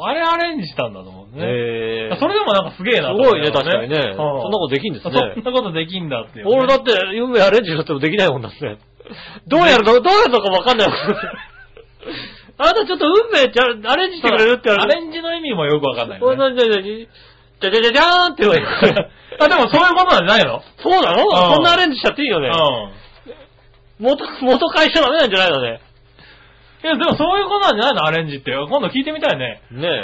あれアレンジしたんだと思うね。それでもなんかすげえなと思う、ね。すごいね、確かにね。そんなことできんですね。 そんなことできんだっていう、 俺だって運命アレンジだってもできないもんだって。どうやるのかわかんないもん。あなたちょっと運命アレンジしてくれるって言われる。 アレンジの意味もよくわかんない、ね。 じゃじゃーんって言われる。 あ、でもそういうことなんじゃないの？ そうなの？そんなアレンジしちゃっていいよね。元会社ダメなんじゃないのね。 いや、でもそういうことなんじゃないのアレンジって。今度聞いてみたいね。 ねえ。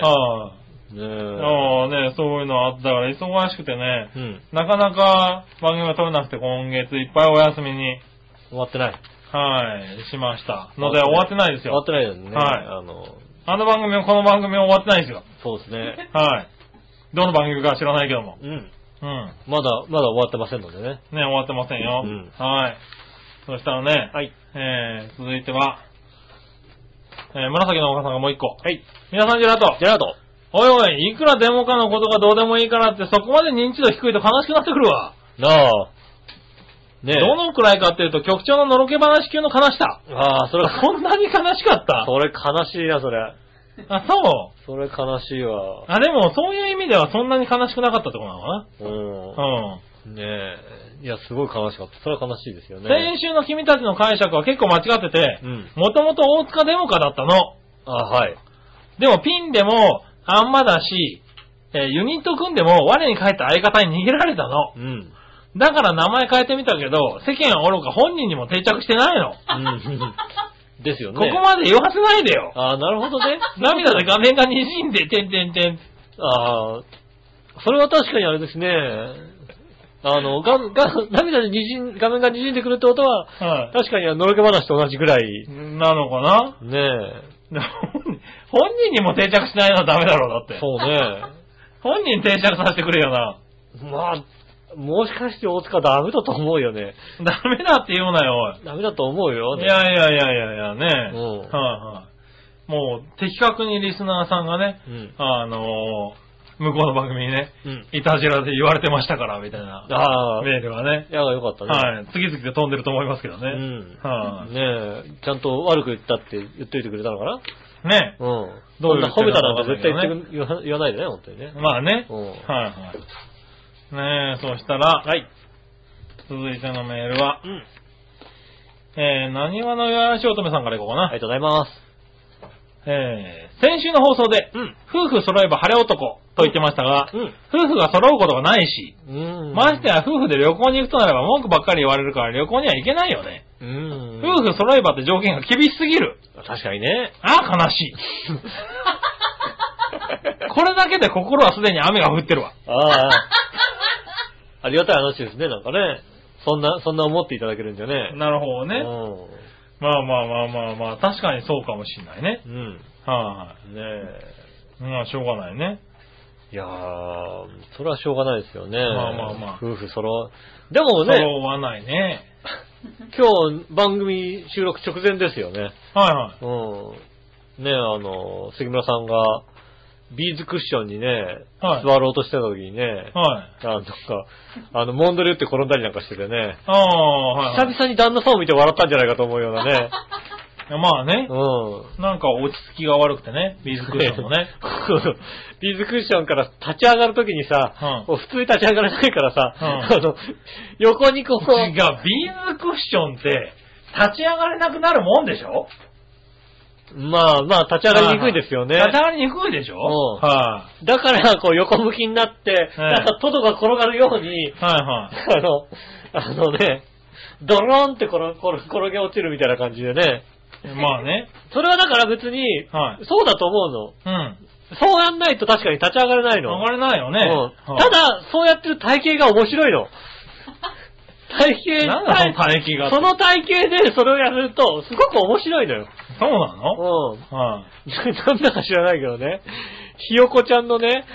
ねそういうのあったから忙しくてね、なかなか番組が撮れなくて今月いっぱいお休みに。 終わってない。 はい、しました。ので終わってないですよ。 終わってないですね。 はい。あの番組もこの番組も終わってないですよ。 そうですね。 はい。どの番組か知らないけども。 まだ終わってませんのでね。 終わってませんよ。はい。そしたらね、 はい。 続いては、紫のお母さんがもう一個。 はい。 皆さんジェラート。 ジェラート。 おいおい、いくらデモカのことがどうでもいいからってそこまで認知度低いと悲しくなってくるわ。 なあ。ねえ。 どのくらいかっていうと局長ののろけ話級の悲しさ。 ああ、それそんなに悲しかった？ それ悲しいな、それ。 あ、そうそれ悲しいわ。 あ、でもそういう意味ではそんなに悲しくなかったってことなのかな。 うん。ねえ。いや、すごい悲しかった。それは悲しいですよね。 先週の君たちの解釈は結構間違ってて、もともと大塚デモカだったの。 あ、はい。 でもピンでもあんまだし、ユニット組んでも我に返った相方に逃げられたの。うん。だから名前変えてみたけど、世間は愚か本人にも定着してないの。 うん。ですよね。 ここまで言わせないでよ。 ああ、なるほどね。 涙で画面が滲んで、 ああ、それは確かにあれですね。涙で画面が滲んでくるってことは、はい、確かにのろけ話と同じぐらい。 なのかなねえ。 本人にも定着しないのはダメだろう、だって。 そうね。 本人定着させてくれよな。 まあ、もしかして大塚ダメだと思うよね。 ダメだって言うなよ、おい。 ダメだと思うよ。 いやね。はいはい。もう、的確にリスナーさんがね、向こうの番組にね、いたじらで言われてましたから、みたいな。メールはね。 いや、よかったね。 はい。次々と飛んでると思いますけどね。 はい。ねえ、ちゃんと悪く言ったって言っといてくれたのかなねえ。 どんな褒めたなんて絶対言わないでね、本当にね。 まあね。はいはい。ねえ、そうしたら、はい。続いてのメールは、なにわのよやしおとめさんからいこうかな。 ありがとうございます。 先週の放送で、夫婦揃えば晴れ男と言ってましたが、夫婦が揃うことがないし、ましてや夫婦で旅行に行くとなれば文句ばっかり言われるから旅行には行けないよね。夫婦揃えばって条件が厳しすぎる。 確かにね。 ああ、悲しい。これだけで心はすでに雨が降ってるわ。 ありがたい話ですね、なんかね。そんな思っていただけるんじゃね。 なるほどね。まあ、確かにそうかもしんないね。はい。ねえ。まあ、しょうがないね。 いやー、それはしょうがないですよね。 まあ。 夫婦でもね。 揃わないね。 今日、番組収録直前ですよね。 はい。 ねえ、杉村さんが、ビーズクッションにね、座ろうとしてた時にね、モンドリ打って転んだりなんかしててね、久々に旦那さんを見て笑ったんじゃないかと思うようなね。 まあね。なんか落ち着きが悪くてね、ビーズクッションもね。 ビーズクッションから立ち上がる時にさ、普通に立ち上がれないからさ、横にこう。 違う、ビーズクッションって立ち上がれなくなるもんでしょ？ まあ、立ち上がりにくいですよね。 立ち上がりにくいでしょ？ だから、こう、横向きになって、なんか、トドが転がるように、ドローンって転げ落ちるみたいな感じでね。 まあね。 それはだから別に、そうだと思うの。そうやんないと確かに立ち上がれないの。 上がれないよね。 ただ、そうやってる体型が面白いの。 なんだその体型が。 その体型でそれをやると、すごく面白いのよ。 そうなの？ なんだか知らないけどね。ひよこちゃんのね、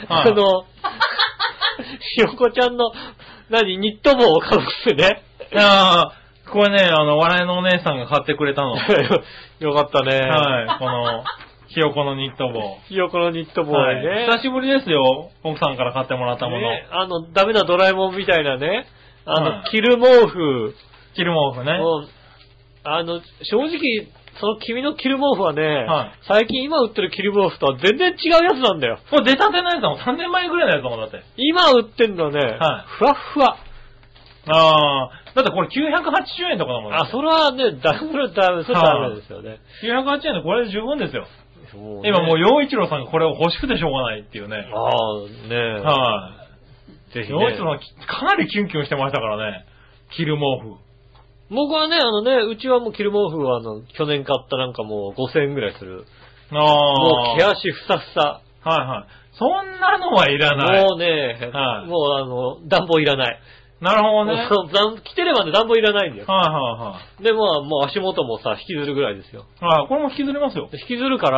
ひよこちゃんの、ニット帽をかぶってね。 これね、笑いのお姉さんが買ってくれたの。 よかったね。 はい、この、ひよこのニット帽。 ひよこのニット帽ね。 久しぶりですよ、奥さんから買ってもらったもの。 ダメなドラえもんみたいなね。着る毛布。 着る毛布ね。 正直、その君の着る毛布はね、最近今売ってる着る毛布とは全然違うやつなんだよ。 これ出たてのやつだもん。3年前ぐらいのやつだもん、だって。 今売ってんのはね、ふわっふわ。 だってこれ980円とかだもん。 それはね、ダメですよね。 980円でこれで十分ですよ。今もう陽一郎さんがこれを欲しくてしょうがないっていうね。ぜひね。陽一郎さんかなりキュンキュンしてましたからね。着る毛布。 僕はね、うちはもう着る毛布は去年買ったなんかもう5000円ぐらいする。もう毛足ふさふさ。 そんなのはいらない。 もうね、もう暖房いらない。 なるほどね。 着てればね、暖房いらないんだよ。で、もう足元もさ、引きずるぐらいですよ。 これも引きずれますよ。 引きずるから、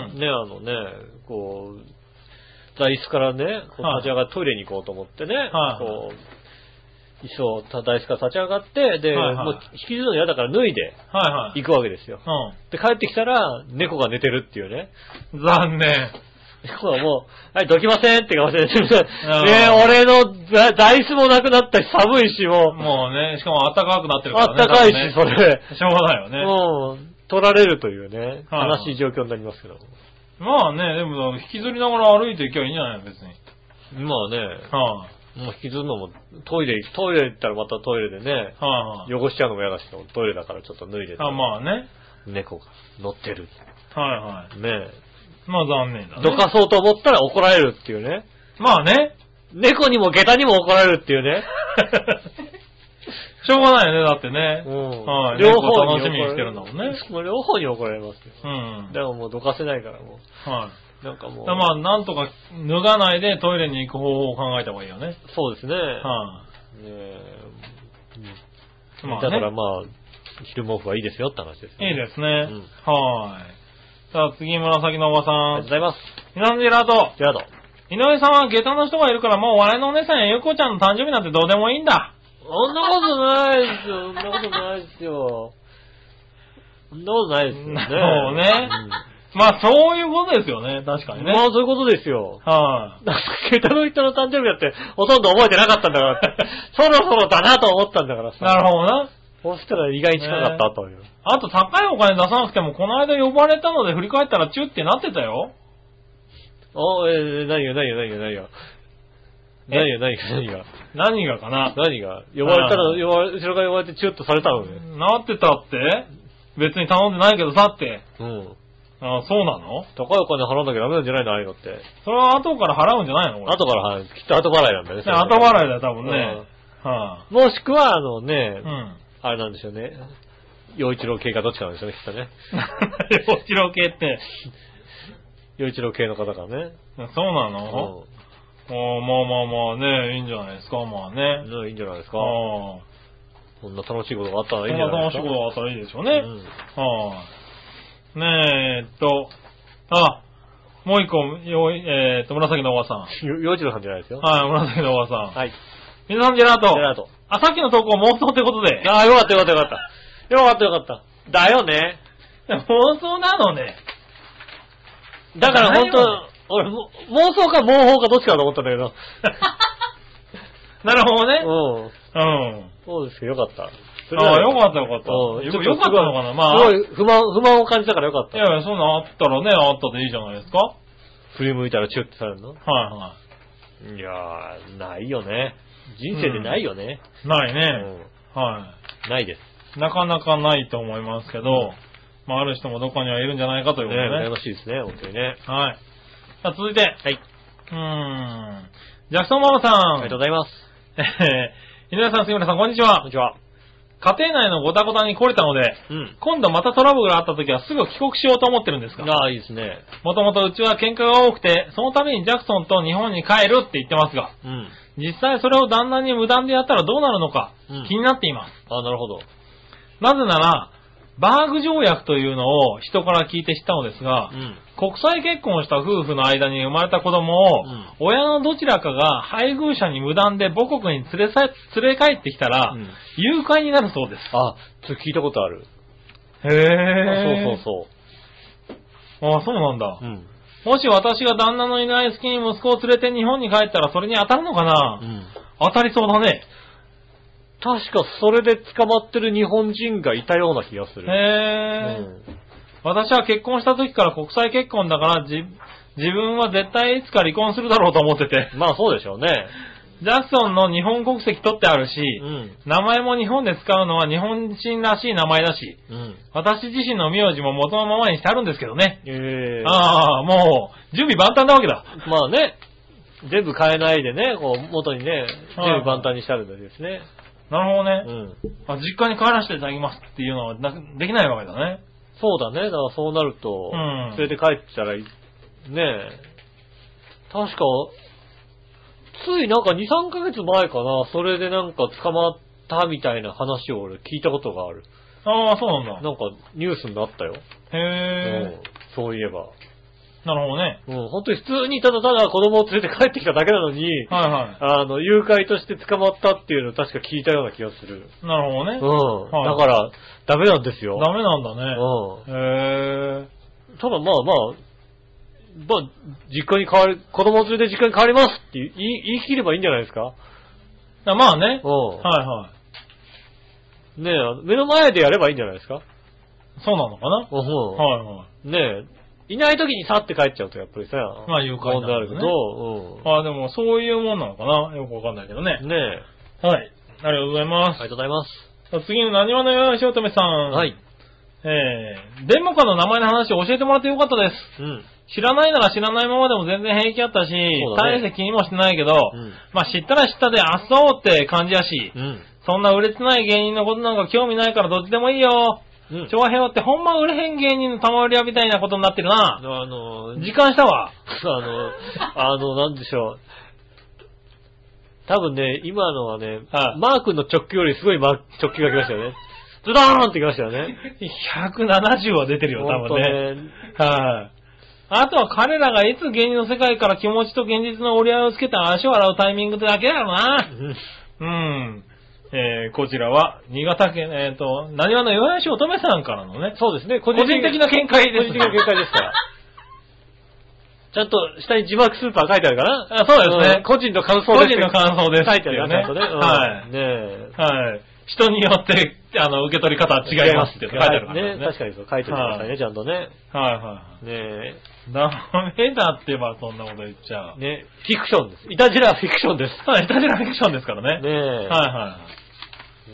ね、こう、座椅子からね、立ち上がってトイレに行こうと思ってね、こう、座椅子から立ち上がって、で、もう引きずるの嫌だから脱いで、行くわけですよ。で、帰ってきたら、猫が寝てるっていうね。 残念。 もう、はい、どきませんって顔してる。俺の座椅子もなくなったし、寒いし、もうね、しかも暖かくなってるからね。 暖かいし、それ。 しょうがないよね。 取られるというね、悲しい状況になりますけど。 まあね、でも引きずりながら歩いていけばいいんじゃないの別に。 まあね。はい、もう引きずるのも、トイレ行ったらまたトイレでね。はい、汚しちゃうのも嫌だし、トイレだからちょっと脱いで。 まあね。 猫が乗ってる。 はいはい。 ねえ。まあ残念だね。 どかそうと思ったら怒られるっていうね。 まあね。 猫にも下駄にも怒られるっていうね。 しょうがないよね、だってね。 はい。両方楽しみにしてるんだもんね。 両方に怒られますよ。 うん。 でももうどかせないからもう。はい。なんかもう。 まあ、なんとか脱がないでトイレに行く方法を考えた方がいいよね。 そうですね。はい。まあ、だからまあ、昼毛布はいいですよって話ですね。 いいですね。はい。さあ、次、紫のおばさん。 ありがとうございます。 みなのジェラート。 ジェラート。 井上さんは下駄の人がいるからもう我のお姉さんやゆうこちゃんの誕生日なんてどうでもいいんだ。 そんなことないですよ。そんなことないですよ。そんなことないですよね。 そうね。まあそういうことですよね。確かにね。 まあそういうことですよ。はい。下駄の人の誕生日だってほとんど覚えてなかったんだからって。そろそろだなと思ったんだからさ。 なるほどな。 そしたら意外に近かったという。 あと高いお金出さなくてもこの間呼ばれたので振り返ったらチュッってなってたよ。 何が何がかな何が呼ばれたら、後ろから呼ばれてチュッとされたのね。 なってたって別に頼んでないけどさって。うん。あ、そうなの？ 高いお金払わなきゃダメなんじゃないのああいうのって。 それは後から払うんじゃないの？ 後から払う。きっと後払いなんだよね。 後払いだよ、多分ね。 もしくは、あれなんでしょうね。陽一郎系かどっちかなんでしょうね、きっとね。 陽一郎系って。 陽一郎系の方がね。 そうなの？まあね、いいんじゃないですか、まあね。 いいんじゃないですか。こんな楽しいことがあったらいいんじゃないですか。 楽しいことがあったらいいでしょうね。ねもう一個、紫のおばさん。 陽一郎さんじゃないですよ。 はい、紫のおばさん。 はい。 皆さんジェラート。ジェラート。さっきの投稿妄想ってことで。 よかった。よかった。だよね。 妄想なのね。 だから本当、俺、妄想か妄想かどっちかと思ったんだけど。 なるほどね。 うん。そうですよ、よかった。 よかった。よかったのかな。まあ。 すごい不満を感じたからよかった。 いや、そんなあったらね、あったでいいじゃないですか。 振り向いたらチュッてされるの？ はい。 いやー、ないよね。人生でないよね。 ないね。はい。 ないです。 なかなかないと思いますけど、まあ、ある人もどこにはいるんじゃないかということでね。 羨ましいですね、本当にね。 はい。さあ、続いて。 はい。 ジャクソンママさん。 ありがとうございます。 井上さん、杉村さん、こんにちは。 こんにちは。 家庭内のごたごたに来れたので、今度またトラブルがあった時はすぐ帰国しようと思ってるんですが。 ああ、いいですね。 もともとうちは喧嘩が多くて、そのためにジャクソンと日本に帰るって言ってますが、実際それを旦那に無断でやったらどうなるのか、気になっています。 ああ、なるほど。 なぜなら、バーグ条約というのを人から聞いて知ったのですが、国際結婚した夫婦の間に生まれた子供を、親のどちらかが配偶者に無断で母国に連れ帰ってきたら、誘拐になるそうです。 あ、それ聞いたことある。 へぇー。 そう。 あ、そうなんだ。もし私が旦那のいない隙に息子を連れて日本に帰ったらそれに当たるのかな？当たりそうだね。 確かそれで捕まってる日本人がいたような気がする。 へぇー。私は結婚した時から国際結婚だから自分は絶対いつか離婚するだろうと思ってて。 まあそうでしょうね。 ジャクソンの日本国籍取ってあるし、名前も日本で使うのは日本人らしい名前だし、私自身の名字も元のままにしてあるんですけどね。ああ、もう準備万端なわけだ。 まあね、全部変えないでね、こう元にね、全部万端にしてあるんですね。 なるほどね。実家に帰らせていただきますっていうのはできないわけだね。 そうだね。だからそうなると、連れて帰ってたら、ねえ、確か、ついなんか2、3ヶ月前かな、それでなんか捕まったみたいな話を俺聞いたことがある。 ああ、そうなんだ。 なんかニュースになったよ。 へぇー。そういえば。 なるほどね。 本当に普通にただ子供を連れて帰ってきただけなのに、誘拐として捕まったっていうのを確か聞いたような気がする。 なるほどね。 だから、ダメなんですよ。 ダメなんだね。 ただまあ、実家に子供を連れて実家に帰りますって言い切ればいいんじゃないですか？ まあね。 ねえ、目の前でやればいいんじゃないですか？ そうなのかな？ ねえ。 いない時に去って帰っちゃうとやっぱりさ、 まあ誘拐になるけど、 うん。 でもそういうもんなのかなよくわかんないけどね。 ねえ。 はい。ありがとうございます。 ありがとうございます。 次の何話のよしおとめさん。 はい。 デモカの名前の話を教えてもらってよかったです。 うん。 知らないなら知らないままでも全然平気だったし、大して気にもしてないけど、まあ知ったら知ったであっそうって感じやし、そんな売れてない芸人のことなんか興味ないからどっちでもいいよ。長平和ってほんま売れへん芸人の玉売り屋みたいなことになってるな。時間したわ。 なんでしょう。多分ね、今のはね、マー君の直球よりすごい直球が来ましたよね。ズドーンって来ましたよね。 170は出てるよ、多分ね。はい。あとは彼らがいつ芸人の世界から気持ちと現実の折り合いをつけて足を洗うタイミングだけだろうな。こちらは、新潟県、何話のよやしおとめさんからのね。 そうですね。 個人的な見解です。 個人的な見解ですから。ちゃんと下に字幕スーパー書いてあるかな？ そうですね。 個人の感想です。 個人の感想です。 書いてあるね。 はい。 ねはい。人によって、受け取り方は違いますって書いてあるからね。 確かにそう書いてくださいね、ちゃんとね。 はいはい。 ねえ。 ダメだってば、そんなこと言っちゃう。 ね、フィクションです。イタジラフィクションです。 はい、イタジラフィクションですからね。 ねえ。 はいはい。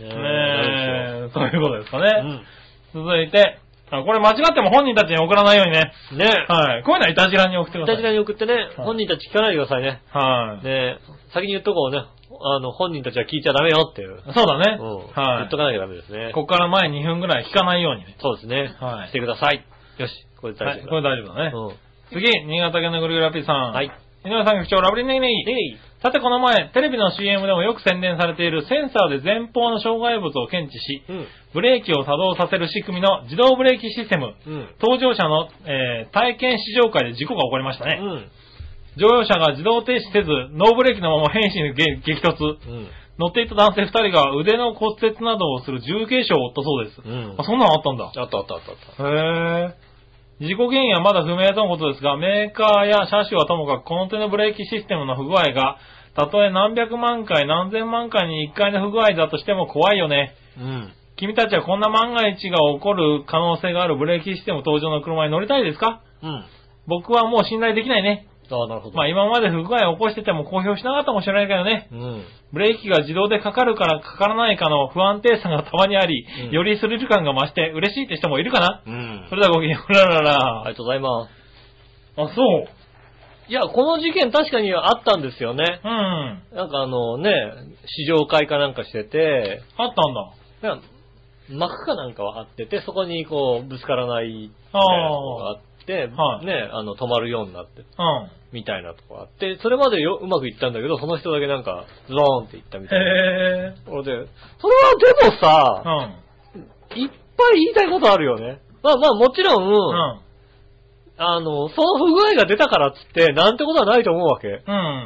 ねえ、そういうことですかね。続いて、これ間違っても本人たちに送らないようにね。 ねえ。 はい。こういうのはイタジラに送ってください。 イタジラに送ってね、本人たち聞かないでくださいね。 はい。 ねえ、先に言っとこうね。本人たちは聞いちゃダメよっていう。 そうだね。 はい。言っとかなきゃダメですね。 ここから前2分ぐらい聞かないようにね。 そうですね。 はい。 してください。よし。これ大丈夫だ。 これ大丈夫だね。次、新潟県のぐるぐるラピーさん。 はい。 井上さん局長、ラブリンネギネギ。さてこの前、テレビの CM でもよく宣伝されているセンサーで前方の障害物を検知し、ブレーキを作動させる仕組みの自動ブレーキシステム。搭乗者の、体験試乗会で事故が起こりましたね。乗用車が自動停止せず、ノーブレーキのまま変死に激突。乗っていた男性2人が腕の骨折などをする重軽傷を負ったそうです。そんなのあったんだ。 あった。 へー。事故原因はまだ不明とのことですが、メーカーや車種はともかくこの手のブレーキシステムの不具合が、たとえ何百万回何千万回に1回の不具合だとしても怖いよね。君たちはこんな万が一が起こる可能性があるブレーキシステム登場の車に乗りたいですか？僕はもう信頼できないね。 なるほど。 まあ今まで不具合を起こしてても公表しなかったかもしれないけどね。ブレーキが自動でかかるからかからないかの不安定さがたまにあり、よりスリル感が増して嬉しいって人もいるかな。それではごきげんよう。ららら。 ありがとうございます。 あ、そう。 いや、この事件確かにあったんですよね。なんか試乗会かなんかしてて。 あったんだ。 幕かなんかはあってて、そこにこう、ぶつからないみたいなのがあって、止まるようになって、みたいなとこあって、それまでうまくいったんだけど、その人だけなんか、ズドーンっていったみたいな。それはでもさ、いっぱい言いたいことあるよね。まあもちろん、その不具合が出たからっつって、なんてことはないと思うわけ。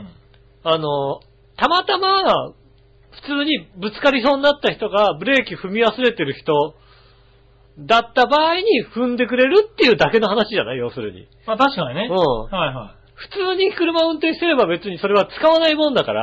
たまたま、普通にぶつかりそうになった人がブレーキ踏み忘れてる人だった場合に踏んでくれるっていうだけの話じゃない？要するに。 まあ確かにね。 普通に車運転してれば別にそれは使わないもんだから、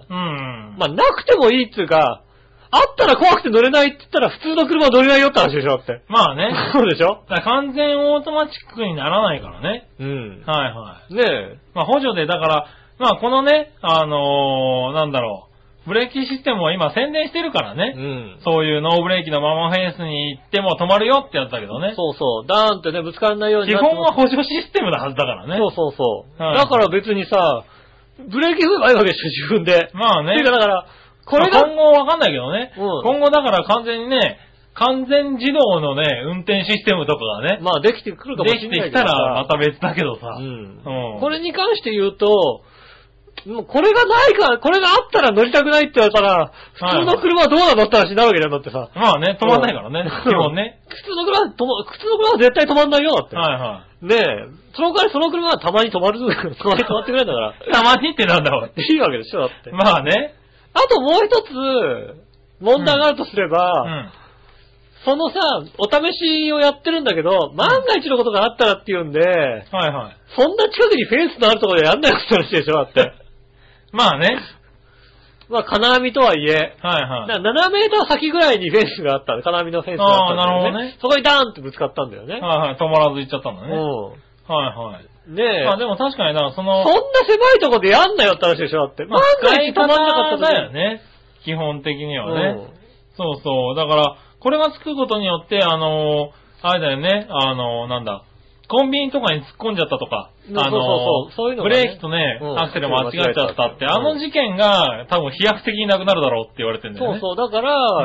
まあなくてもいいっていうか、あったら怖くて乗れないって言ったら普通の車は乗れないよって話でしょって。 まあね。 そうでしょ？ 完全オートマチックにならないからね。ねえ。まあ補助で、だから、まあこのね、なんだろう。ブレーキシステムを今宣伝してるからね。そういうノーブレーキのままフェンスに行っても止まるよってやつだけどね。 そうそう。ダーンってね、ぶつからないように基本は補助システムのはずだからね。 そう。だから別にさ、ブレーキ踏めばいいわけでしょ、自分で。 まあね。 だから、これが。 今後わかんないけどね。今後だから完全にね、完全自動のね、運転システムとかがね。 まあできてくるかもしれないけど。 できてきたらまた別だけどさ。 これに関して言うと、もうこれがないから、これがあったら乗りたくないって言われたら、普通の車はどうなのって話になるわけだよ、だってさ。 まあね、止まんないからね。基本ね。 普通の車は絶対止まんないよ、だって。ねえ、その代わりその車はたまに止まってくれるんだから。 たまにってなんだろう。 いいわけでしょ、だって。 まあね。 あともう一つ、問題があるとすれば、そのさ、お試しをやってるんだけど、万が一のことがあったらっていうんで、そんな近くにフェンスのあるところでやんないことらしいでしょ、だって。まあね。まあ、金網とはいえ。7メーター先ぐらいにフェンスがあった。金網のフェンスがあったんだよね。なるほどね。そこにダーンってぶつかったんだよね。 止まらず行っちゃったんだね。 はいはい。 ねえ。 まあでも確かにそんな狭いとこでやんなよって話でしょだって。 まあ使い方だよね。基本的にはね。そうそう。だから、これがつくことによって、あれだよね。なんだ。コンビニとかに突っ込んじゃったとか、 そういうのブレーキとね、アクセル間違えちゃったって、事件が多分飛躍的になくなるだろうって言われてるんだよね。 そう、だから、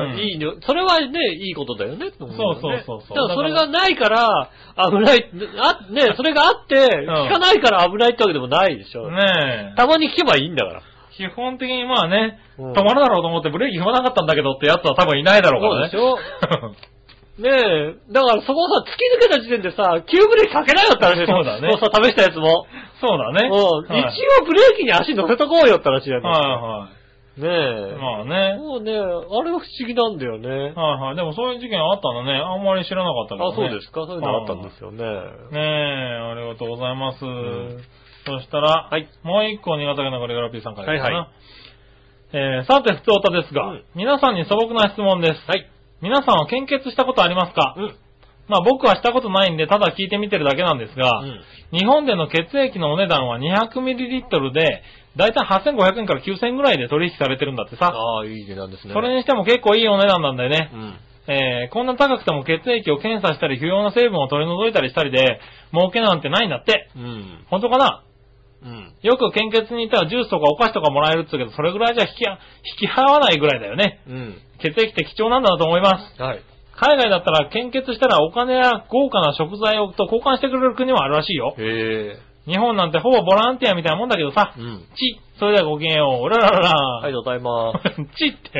いいの、それはね、いいことだよね。そう。だからそれがないから、危ない、ね、それがあって、聞かないから危ないってわけでもないでしょ。ねたまに聞けばいいんだから。 基本的にまあね、止まるだろうと思ってブレーキ踏まなかったんだけどってやつは多分いないだろうからね。 そうでしょねえ、だからそこをさ、突き抜けた時点でさ、急ブレーキかけなよって話でしょ。 そうだね。 そうさ、試したやつも。 そうだね。 一応ブレーキに足乗せとこうよって話だよね。はいはい。ねえ。 まあね。 もうね、あれは不思議なんだよね。 はいはい。でもそういう事件あったのね。あんまり知らなかったけどね。 そうですか。そういうのあったんですよね。ねえ、ありがとうございます。そしたら、もう一個新潟県のゴリゴラ P さんからいいかな。さて、ふつおたですが、皆さんに素朴な質問です。はい。皆さんは献血したことありますか？まあ僕はしたことないんで、ただ聞いてみてるだけなんですが、日本での血液のお値段は 200ml で、だいたい8500円から9000円ぐらいで取引されてるんだってさ。 ああ、いい値段ですね。 それにしても結構いいお値段なんだよね。こんな高くても血液を検査したり、不要な成分を取り除いたりしたりで、儲けなんてないんだって。本当かな？よく献血に行ったらジュースとかお菓子とかもらえるって言うけど、それぐらいじゃ引き払わないぐらいだよね。血液って貴重なんだと思います。はい。海外だったら献血したらお金や豪華な食材と交換してくれる国もあるらしいよ。日本なんてほぼボランティアみたいなもんだけどさ。それではごきげんよう。うらららら。 ありがとうございます。 って、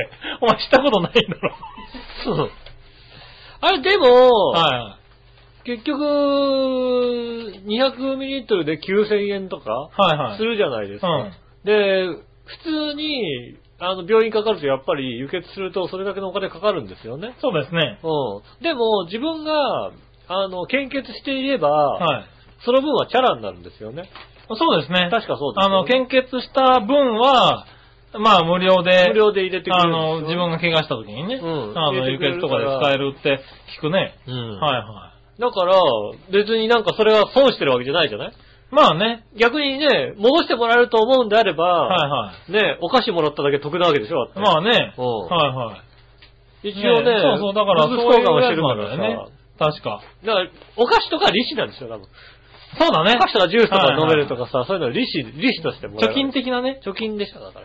お前したことないんだろ。 そう。あれでも、結局、200ml で9000円とかするじゃないですか。で、普通に、病院かかるとやっぱり輸血するとそれだけのお金かかるんですよね。 そうですね。 でも、自分が、献血していれば、その分はチャラになるんですよね。 そうですね。 確かそうです、ね。 献血した分は、まあ無料で入れてくれるんですよ。 自分が怪我した時にね、輸血とかで使えるって聞くね。 だから、別になんかそれは損してるわけじゃないじゃない？ まあね。 逆にね、戻してもらえると思うんであれば、ね、お菓子もらっただけ得なわけでしょだって。 まあね。一応ね、 そう、だからそういうのしてるからね。確か。 だから、お菓子とか利子なんですよ、多分。 そうだね。 お菓子とかジュースとか飲めるとかさ、そういうの利子としてもらえる。 貯金的なね。 貯金でしただから。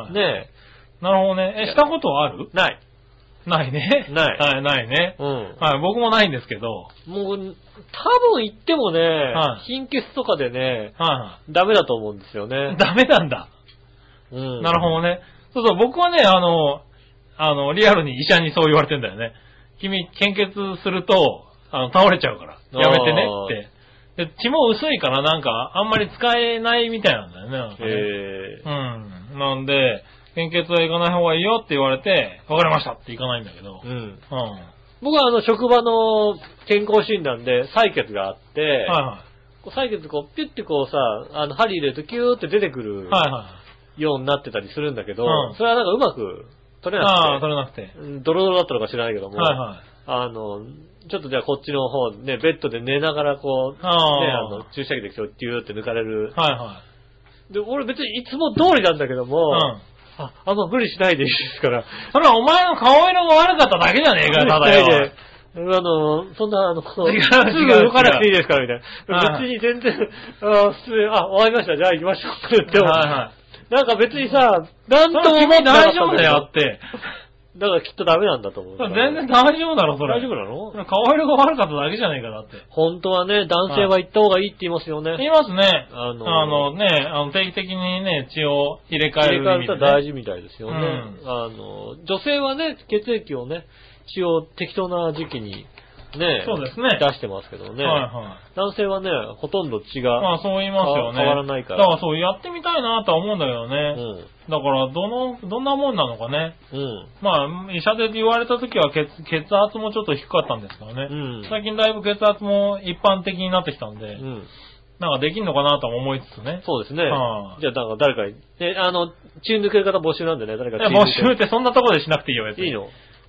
ねえ。なるほどね。したことはある？ ない。 ないね。 ない。 ないね。僕もないんですけど。 もう、多分言ってもね、貧血とかでね、ダメだと思うんですよね。 ダメなんだ。なるほどね。そう、僕はね、リアルに医者にそう言われてんだよね。君、献血すると、倒れちゃうから、やめてねって。で、血も薄いからなんか、あんまり使えないみたいなんだよね。なんで、献血は行かない方がいいよって言われて、わかりましたって行かないんだけど。 僕は職場の健康診断で採血があって、採血こう、ピュッてこうさ、針入れるとキューって出てくるようになってたりするんだけど、それはなんかうまく取れなくて。ドロドロだったのか知らないけども、ちょっとじゃあこっちの方ね、ベッドで寝ながらこう、ね、注射器でキューって抜かれる。で、俺別にいつも通りなんだけども、あんま無理しないでいいですから。 それはお前の顔色が悪かっただけじゃねえかよ、ただよ。 そんな、すぐ動かなくていいですから、みたいな。別に全然、終わりました、じゃあ行きましょうって言っても。なんか別にさ、なんとも思ってなかったんだけど。 大丈夫だよって。 だからきっとダメなんだと思う。 全然大丈夫だろ、それ。 大丈夫なの？ 顔色が悪かっただけじゃねえか、だって。 本当はね、男性は行った方がいいって言いますよね。 言いますね。定期的にね、血を入れ替える意味で、ね。 大事みたいですよね。女性はね、血液をね、血を適当な時期に、ね、 そうですね。 出してますけどね。男性はね、ほとんど血が、 そう言いますよね。 変わらないから。 だからそう、やってみたいなとは思うんだけどね。だから、どんなもんなのかね。医者で言われた時は血圧もちょっと低かったんですからね。最近だいぶ血圧も一般的になってきたんで、なんかできんのかなとも思いつつね。 そうですね。じゃあ、なんか誰かに、血抜ける方募集なんでね、誰か募集ってそんなところでしなくていいよ、別に。 いいの？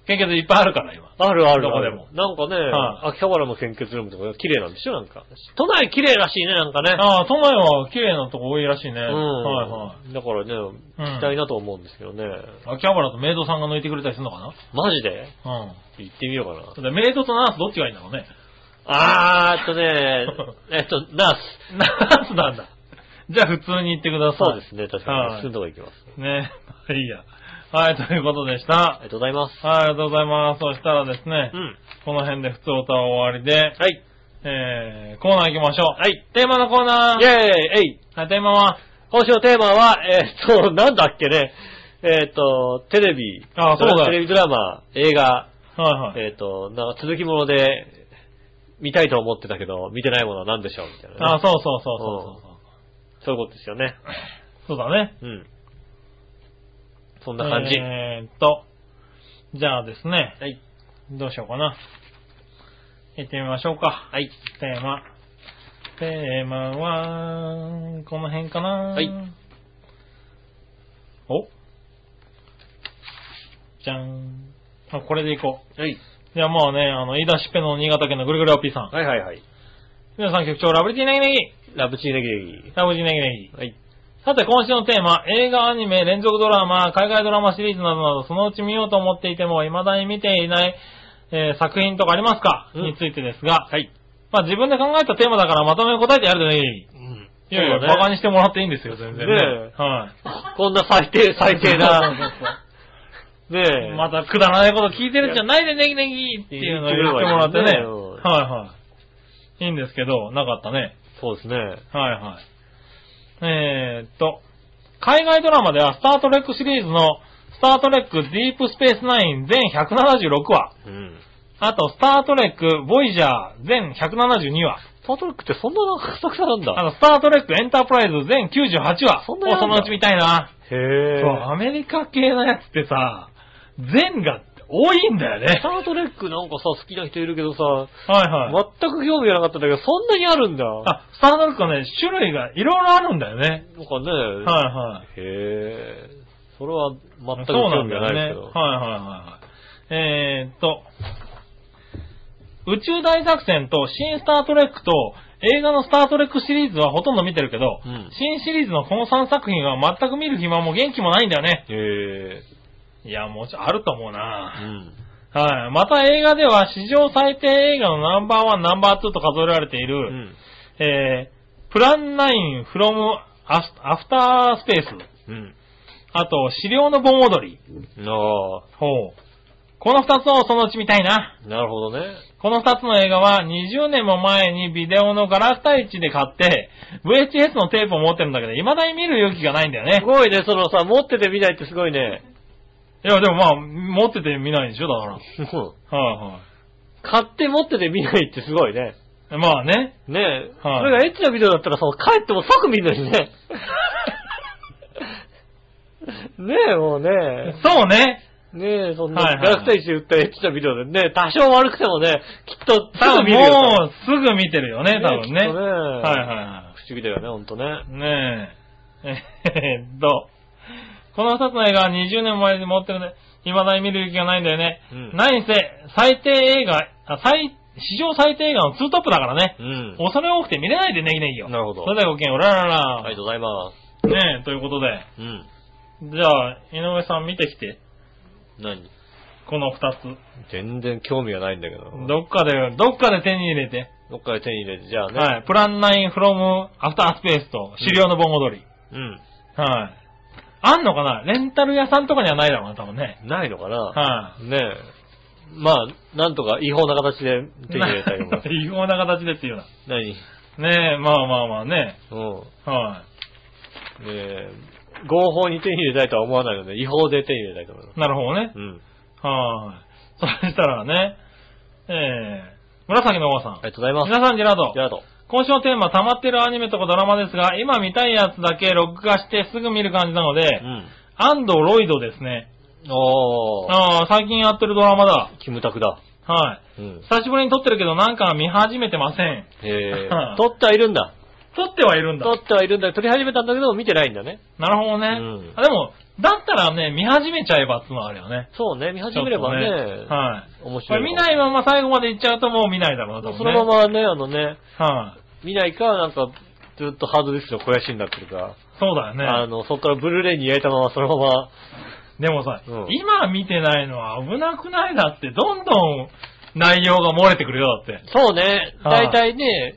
献血いっぱいあるから、今。 あるある。 どこでも。 なんかね、秋葉原の献血ルームとか綺麗なんでしょなんか。都内綺麗らしいね、なんかね。 都内は綺麗なとこ多いらしいね。はいはい。だからね、行きたいなと思うんですけどね。 秋葉原とメイドさんが抜いてくれたりするのかな？ マジで？行ってみようかな。 メイドとナースどっちがいいんだろうね。 ナース。 ナースなんだ。じゃあ普通に行ってください。 そうですね、確かに。普通のとこ行きます。 ね。いいや。はい、ということでした。 ありがとうございます。 はい、ありがとうございます。そしたらですね、この辺で普通歌は終わりで、はい。コーナー行きましょう。はい。テーマのコーナー。イェーイ。はい、テーマは今週のテーマは、なんだっけね。テレビ。そうだ。テレビドラマ、映画。はいはい。なんか続きもので、見たいと思ってたけど、見てないものは何でしょうみたいな、ね。 そう。 そういうことですよね。 そうだね。 そんな感じ。 じゃあですね。 はい。 どうしようかな。行ってみましょうか。 はい。 テーマは、この辺かな。はい。じゃん。これでいこう。はい。じゃあもうね、言い出しっぺの新潟県のぐるぐるおっぴーさん。 はいはいはい。 皆さん局長、ラブチーネギネギ。 ラブチーネギネギ。 ラブチーネギネギ。はい。さて今週のテーマ、映画、アニメ、連続ドラマ、海外ドラマシリーズなどなど、そのうち見ようと思っていても、未だに見ていない、作品とかありますか、についてですが、はい。まあ自分で考えたテーマだからまとめ答えてやるとね。いやいや、バカにしてもらっていいんですよ、全然ね。はい。 こんな最低な。 ねえ。またくだらないこと聞いてるんじゃないでネギネギっていうのを言ってもらってね。はい。いいんですけど、なかったね。 そうですね。はいはい。海外ドラマではスタートレックシリーズのスタートレックディープスペースナイン全176話。あと、スタートレックボイジャー全172話。 スタートレックってそんなたくさんなんだ。 スタートレックエンタープライズ全98話。そのうち見たいな。 へぇー。 そう、アメリカ系のやつってさ、全が多いんだよね。 スタートレックなんかさ、好きな人いるけどさ、はいはい。全く興味がなかったんだけど、そんなにあるんだ。 スタートレックはね、種類がいろいろあるんだよね。 なんかね。 はいはい。 へぇー。それは全く興味がないですけど。 ね、はいはい。宇宙大作戦と新スタートレックと映画のスタートレックシリーズはほとんど見てるけど、新シリーズのこの3作品は全く見る暇も元気もないんだよね。いや、もうあると思うな。はい。また映画では史上最低映画のナンバーワン、ナンバーツーと数えられている、プラン9 from アフタースペース。あと、資料の盆踊り。この2つをそのうち見たいな。 なるほどね。 この2つの映画は20年も前にビデオのガラクタ市で買って、VHS のテープを持ってるんだけど、未だに見る勇気がないんだよね。 すごいね、そのさ、持ってて見ないってすごいね。 いや、でもまあ、持ってて見ないんでしょ、だから。はい。 買って持ってて見ないってすごいね。 まあね。 ねえ。それがエッチなビデオだったらさ、帰っても即見るのにね。ねえ、もうね。 そうね。 ねえ、そんな、ガラクタ市で売ったエッチなビデオでね、多少悪くてもね、きっとすぐ見るよ。 もう、すぐ見てるよね、多分ね。 きっとね。 はい。 不思議だよね、ほんとね。 ねえ。この2つの映画は20年前に持ってるね。未だに見る勇気がないんだよね。何せ、最低映画、史上最低映画の2トップだからね。恐れ多くて見れないでネギネギよ。 なるほど。 それではごきげん、うららら。 ありがとうございます。 ねえ、ということで。じゃあ、井上さん見てきて。 何？ この2つ。 全然興味がないんだけど。 どっかで手に入れて。 じゃあね。 はい。プラン9 from アフタースペースと資料の盆踊り。はい。あんのかな？レンタル屋さんとかにはないだろうな、多分ね。 ないのかな？ はい。 ねえ。まあ、なんとか違法な形で手に入れたいとか。 違法な形でっていうな。 何？ ねえ、まあね。はい。 合法に手に入れたいとは思わないので、違法で手に入れたいと思います。 なるほどね。はい。そしたらね、紫のおばさん。ありがとうございます。 皆さん、ジェラード。今週のテーマ、溜まってるアニメとかドラマですが、今見たいやつだけ録画してすぐ見る感じなので、安藤ロイドですね。最近やってるドラマだ。 キムタクだ。 はい。久しぶりに撮ってるけど、なんか見始めてません。 撮ってはいるんだ。 撮ってはいるんだ。 撮ってはいるんだけど、撮り始めたんだけど見てないんだね。 なるほどね。でも、だったらね、見始めちゃえばってのはあるよね。 そうね、見始めればね。 はい。 面白い。 見ないまま最後まで行っちゃうともう見ないだろうなと思うね。 そのままね、見ないか、なんか、ずっとハードディスクの肥やしになってるか。 そうだよね。 そっからブルーレイに焼いたままそのまま。 でもさ、今見てないのは危なくないだって、どんどん内容が漏れてくるよ、だって。 そうね。だいたいね、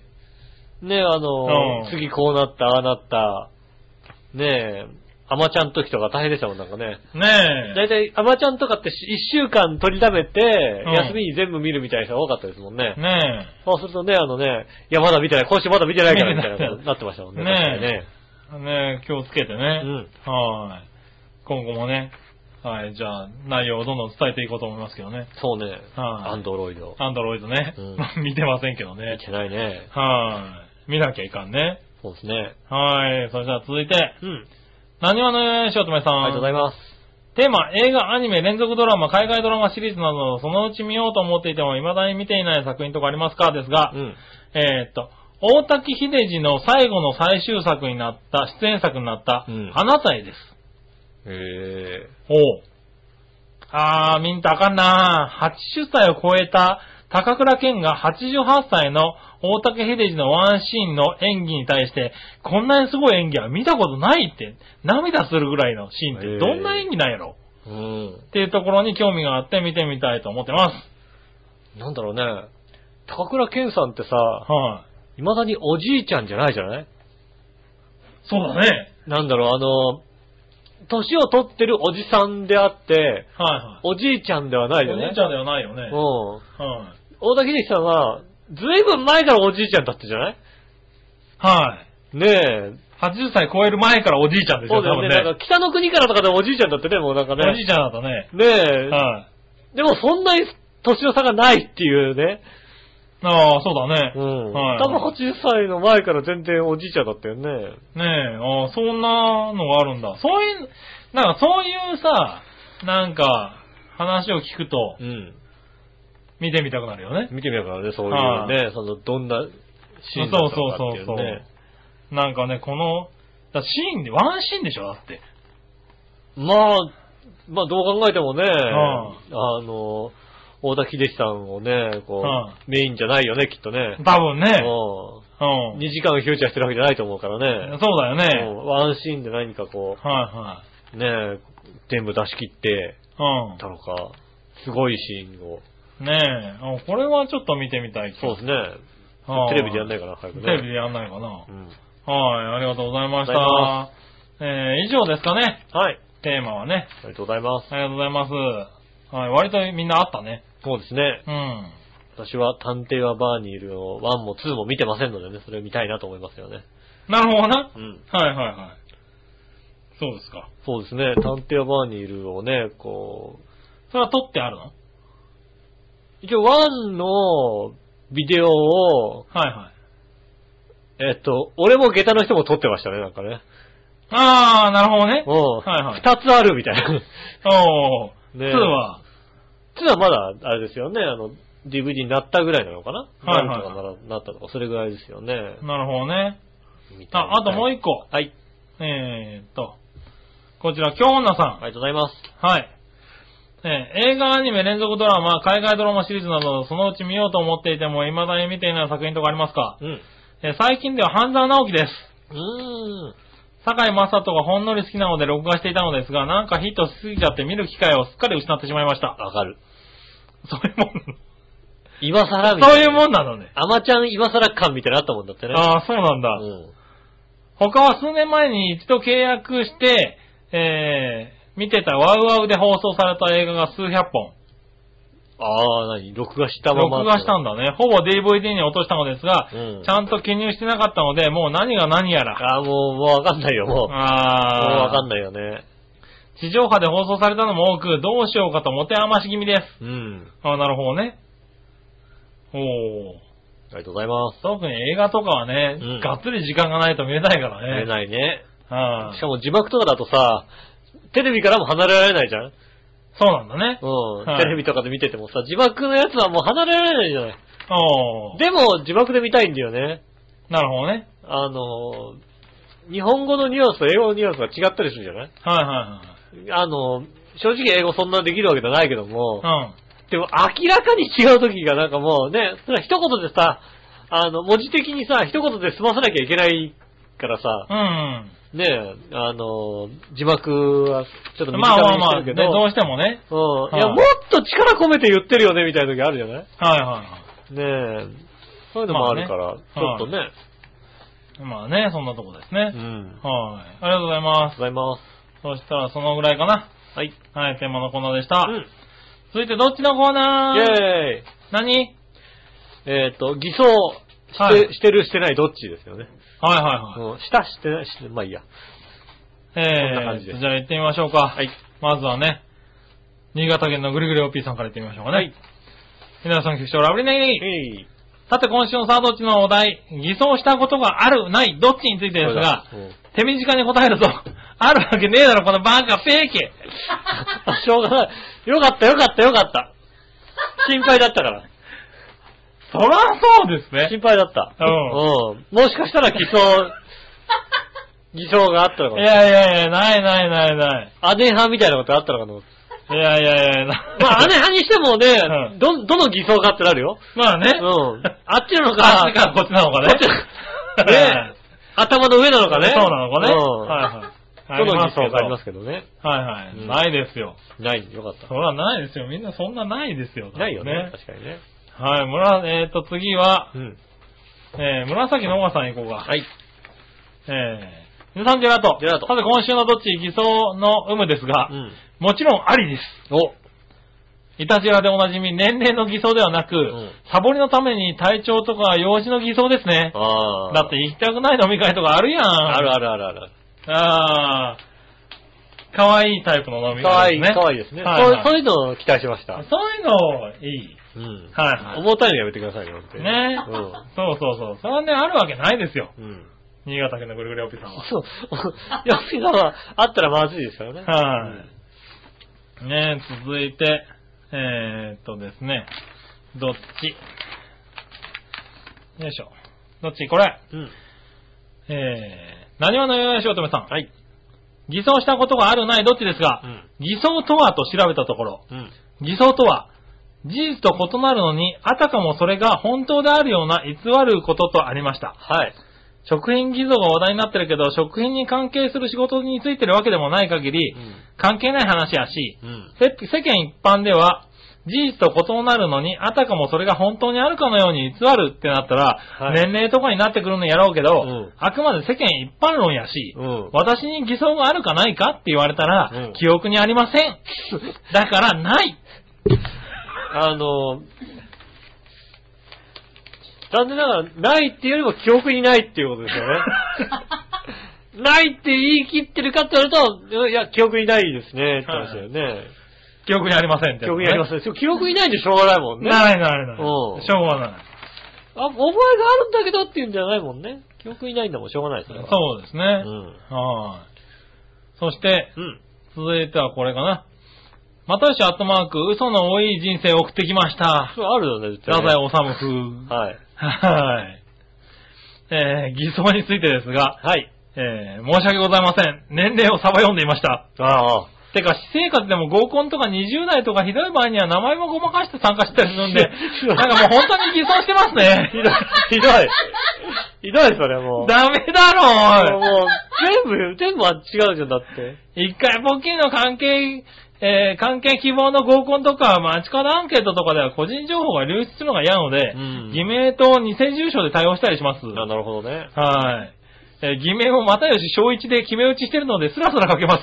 次こうなった、ああなった。ねえ、アマちゃん時とか大変でしたもん、なんかね。 ねえ。 だいたいアマちゃんとかって1週間取り溜めて、休みに全部見るみたいな人が多かったですもんね。 ねえ。 そうするとね、いや、まだ見てない、今週まだ見てないからみたいなことになってましたもんね。 ねえ。ねえ、気をつけてね。はい。今後もね、はい、じゃあ、内容をどんどん伝えていこうと思いますけどね。 そうね。アンドロイドね。 見てませんけどね。 見てないね。 はい。見なきゃいかんね。 そうですね。 はい。それじゃあ続いて。何話のしおとめさん。 ありがとうございます。 テーマ、映画、アニメ、連続ドラマ、海外ドラマシリーズなど、そのうち見ようと思っていても、未だに見ていない作品とかありますかですが、大滝秀治の最後の最終作になった、出演作になった、花祭です。見んとあかんなぁ。80歳を超えた高倉健が88歳の大竹秀治のワンシーンの演技に対して、こんなにすごい演技は見たことないって、涙するぐらいのシーンってどんな演技なんやろっていうところに興味があって見てみたいと思ってます。 なんだろうね。高倉健さんってさ、未だにおじいちゃんじゃないじゃない？ そうだね。 なんだろう、年を取ってるおじさんであって、おじいちゃんではないよね。 おじいちゃんではないよね。 大竹秀治さんは、ずいぶん前からおじいちゃんだったじゃない？ねえ。 80歳超える前からおじいちゃんでしょ、 そうだよね。なんか北の国からとかでもおじいちゃんだってね、もうなんかね。 おじいちゃんだったね。 ねえ。でもそんなに年の差がないっていうね。 ああ、そうだね。 多分80歳の前から全然おじいちゃんだったよね。 ねえ、そんなのがあるんだ。そういうさ、なんか、話を聞くと、見てみたくなるよね。 見てみたくなるね、そういうね、どんなシーンだったのかっていうね。 なんかね、シーンで、ワンシーンでしょ、だって。 まあ、どう考えてもね、大滝秀治さんをね、メインじゃないよね、きっとね。 多分ね。 2時間フューチャーしてるわけじゃないと思うからね。 そうだよね。 ワンシーンで何かね、全部出し切って、たのか、すごいシーンを。 ねえ、これはちょっと見てみたい。 そうですね。テレビでやんないかな、早くね。 テレビでやんないかな。はい、ありがとうございました。以上ですかね。 はい。 テーマはね。 ありがとうございます。 ありがとうございます。はい、割とみんなあったね。 そうですね。私は探偵はバーにいるの1も2も見てませんのでね、それを見たいなと思いますよね。 なるほどな。はい。そうですか。 そうですね。探偵はバーにいるをね、それは撮ってあるの？ 一応1のビデオを、俺も下駄の人も撮ってましたね、なんかね。 あー、なるほどね。 二つあるみたいな。 2はまだ、あれですよね、DVD になったぐらいなのかな？なったとか、それぐらいですよね。 なるほどね。あともう一個。 はい。 こちら、京女さん。 ありがとうございます。 はい。映画、アニメ、連続ドラマ、海外ドラマシリーズなど、そのうち見ようと思っていても、未だに見ていない作品とかありますか？最近では半沢直樹です。堺雅人がほんのり好きなので録画していたのですが、なんかヒットしすぎちゃって見る機会をすっかり失ってしまいました。 わかる。 そういうもんなの。 今更みたいな。 そういうもんなのね。 アマちゃん今更感みたいなのあったもんだってね。 ああ、そうなんだ。他は数年前に一度契約して、見てたワウワウで放送された映画が数百本。 録画したまま。 録画したんだね。ほぼ DVD に落としたのですが、ちゃんと記入してなかったので、もう何が何やら。 もうわかんないよ、もう。もうわかんないよね。 地上波で放送されたのも多く、どうしようかと持て余し気味です。なるほどね。 ありがとうございます。 特に映画とかはね、がっつり時間がないと見れないからね。 見れないね。しかも字幕とかだとさ、テレビからも離れられないじゃん。 そうなんだね。 テレビとかで見ててもさ、字幕のやつはもう離れられないじゃない。でも字幕で見たいんだよね。 なるほどね。 日本語のニュアンスと英語のニュアンスが違ったりするんじゃない？ はいはいはい。 正直英語そんなできるわけじゃないけども、 うん。 でも明らかに違う時がなんかもうね、それは一言でさ、文字的にさ、一言で済まさなきゃいけないからさ、 うん。 ねえ、字幕はちょっと短めにしてるけど、 どうしてもね。 うん。いや、もっと力込めて言ってるよね、みたいな時あるじゃない？ はいはいはい。 ねえ、そういうのもあるから、ちょっとね。 まあね、そんなとこですね。 うん。 はい。ありがとうございます。 ありがとうございます。 そしたらそのぐらいかな。 はい。 はい、テーマのコーナーでした。 うん。 続いてどっちのコーナー？ イェーイ。 何？ 偽装してるしてないどっちですよね。 はいはいはい。 してないして、まあいいや。そんな感じです。 じゃあ行ってみましょうか。 はい。 まずはね、新潟県のぐりぐり OP さんから行ってみましょうかね。はい。皆さん局長、ラブリネギー。さて今週のさあどっちのお題、偽装したことがある、ない、どっちについてですが、手短に答えると、あるわけねえだろ、このバカ、ペーケ。 しょうがない。よかった。心配だったから。 そらそうですね。 心配だった。うん。もしかしたら偽装があったのかも。 いや、ない。 姉派みたいなことあったのかと思って。 いや。 まあ、姉派にしてもね、どの偽装かってなるよ。 まあね。 うん。あっちなのか。 あっちかこっちなのかね。 ね頭の上なのかね。 そうなのかね。 はい。どの偽装かありますけどね。 はい。ないですよ。 ない。よかった。 そらないですよ。みんなそんなないですよ。 ないよね。確かにね。 はい、次は、紫のおばさん行こうか。 はい。 皆さんジェラート。 ジェラート。 さて今週のどっち偽装の有無ですが、もちろんありです。イタジェラでおなじみ年齢の偽装ではなく、サボりのために体調とか用事の偽装ですね。だって行きたくない飲み会とかあるやん。 ある。 かわいいタイプの飲み会ですね。 かわいいですね。そういうのを期待しました。 そういうのいい。 はい。重たいのやめてくださいよ、本当に。 ね。そう。それはね、あるわけないですよ。新潟県のぐるぐるおぴさんは。 そう。おぴさんはあったらまずいですからね。 はい。ね、続いて、ですね、どっちよいしょ。どっちこれ。何話のよやしおとめさん。はい。偽装したことがあるないどっちですが、偽装とはと調べたところ、偽装とは、事実と異なるのに、あたかもそれが本当であるような偽ることとありました。はい。食品偽造が話題になってるけど、食品に関係する仕事についてるわけでもない限り、関係ない話やし、世間一般では、事実と異なるのに、あたかもそれが本当にあるかのように偽るってなったら、年齢とかになってくるのやろうけど、あくまで世間一般論やし、私に偽装があるかないかって言われたら、記憶にありません。だからない。残念ながら、ないっていうよりも記憶にないっていうことですよね。ないって言い切ってるかって言われると、いや、記憶にないですね、って話だよね。記憶にありませんって、ね。記憶にありません。記憶にないんでしょうがないもんね。ない。しょうがない。覚えがあるんだけどっていうんじゃないもんね。記憶にないんだもん、しょうがないですね。そうですね。はい。そして、続いてはこれかな。またよし嘘の多い人生を送ってきました。そう、あるよね、絶対。太宰治風。はい。はい。偽装についてですが、はい。申し訳ございません。年齢をサバ読んでいました。ああ。てか、私生活でも合コンとか20代とかひどい場合には名前もごまかして参加したりするんで、なんかもう本当に偽装してますね。ひどい、それもう。ダメだろ、もう、全部は違うじゃん、だって。一回ポッキーの関係希望の合コンとか、街角アンケートとかでは個人情報が流出するのが嫌なので、偽名と偽住所で対応したりします。なるほどね。はい。偽名も又吉小一で決め打ちしてるのでスラスラかけます。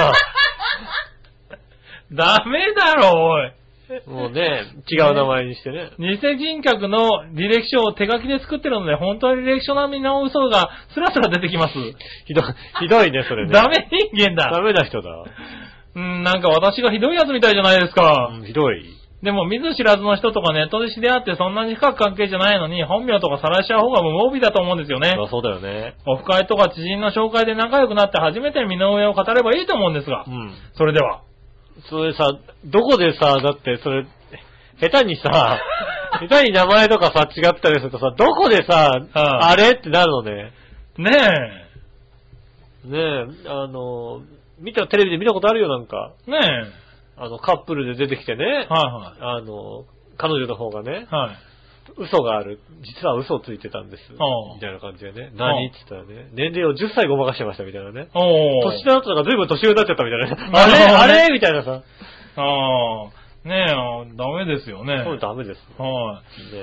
ダメだろ、おい。もうね、違う名前にしてね。偽人格の履歴書を手書きで作ってるので、本当に履歴書並みの嘘がスラスラ出てきます。ひどいね、それね。ダメ人間だ。ダメな人だ。なんか私がひどいやつみたいじゃないですか。ひどい。でも見ず知らずの人とかネットで知り合ってそんなに深く関係じゃないのに本名とかさらしちゃう方が無防備だと思うんですよね。そうだよね。オフ会とか知人の紹介で仲良くなって初めて身の上を語ればいいと思うんですが。それでは。それさ、どこでさ、だってそれ、下手にさ、 下手に名前とかさ、違ったりするとさ、どこでさ、あれってなるのね。 ねえ。ねえ、テレビで見たことあるよ、なんか。 ねえ。 カップルで出てきてね。 はいはい。 彼女の方がね。 はい。 嘘がある。実は嘘をついてたんです。みたいな感じでね。何って言ったらね。年齢を10歳ごまかしてましたみたいなね。年下だったのが随分年上になっちゃったみたいなね。あれみたいなさ。 ねえ、ダメですよね。 そうダメです。 はい。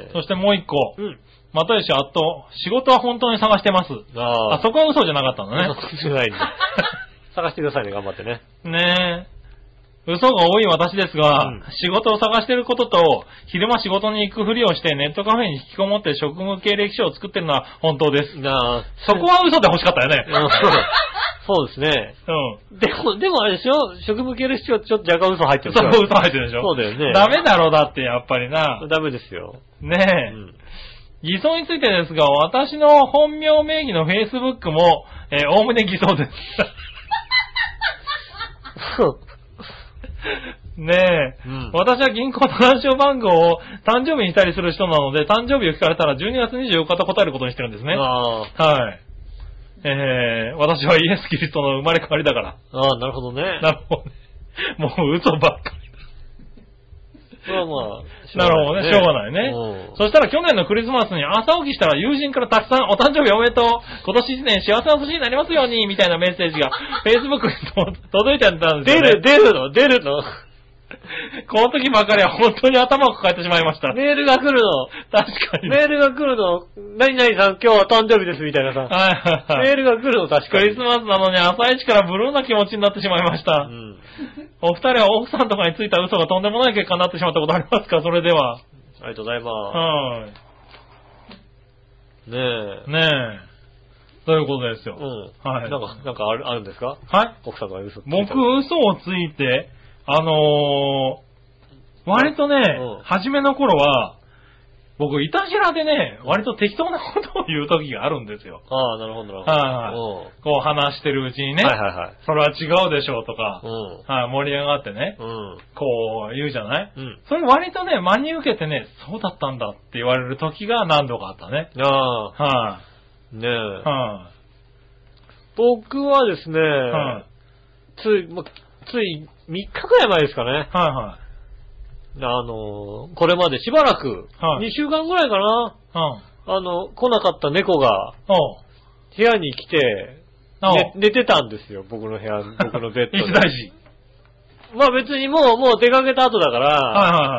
そしてもう一個。またよし、仕事は本当に探してます。そこは嘘じゃなかったんだね。 嘘じゃないんだ。探してくださいね、頑張ってね。 ねえ。嘘が多い私ですが、仕事を探していることと、昼間仕事に行くふりをしてネットカフェに引きこもって職務経歴書を作ってるのは本当です。そこは嘘で欲しかったよね。 そうですね。でもあれでしょ、職務経歴書はちょっと若干嘘入ってるでしょ。 そう、嘘入ってるでしょ。 そうだよね。 ダメだろ、だってやっぱりな。 ダメですよ。 ねえ。偽装についてですが、私の本名名義の Facebook も、おおむね偽装です。ねえ、私は銀行の暗証番号を誕生日にしたりする人なので、誕生日を聞かれたら12月24日と答えることにしてるんですね。はい。私はイエス・キリストの生まれ変わりだから。 なるほどね。 なるほどね。もう嘘ばっかり。 まあ、 なるほどね、しょうがないね。そしたら去年のクリスマスに朝起きしたら友人からたくさんお誕生日おめでとう、今年1年幸せな年になりますように、みたいなメッセージが Facebook に届いてたんですよね。 出るのこの時ばかりは本当に頭を抱えてしまいました。 メールが来るの。 確かに。 メールが来るの。何々さん今日は誕生日ですみたいなさ。メールが来るの確かに。 クリスマスなのに朝一からブルーな気持ちになってしまいました。お二人は奥さんとかについた嘘がとんでもない結果になってしまったことありますか？それでは。 ありがとうございます。ねえ。そういうことですよ。 はい。なんかあるんですか？ はい。 奥さんが嘘ついて。 僕嘘をついて、割とね、初めの頃は、僕、いたじらでね、割と適当なことを言う時があるんですよ。 なるほど、なるほど。 こう話してるうちにね、それは違うでしょうとか、盛り上がってね、こう言うじゃない？それ割とね、真に受けてね、そうだったんだって言われる時が何度かあったね。 ねえ。僕はですね、つい3日くらい前ですかね。これまでしばらく、2週間ぐらいかな。来なかった猫が、部屋に来て、寝てたんですよ、僕のベッドで。まあ別にもう出かけた後だから、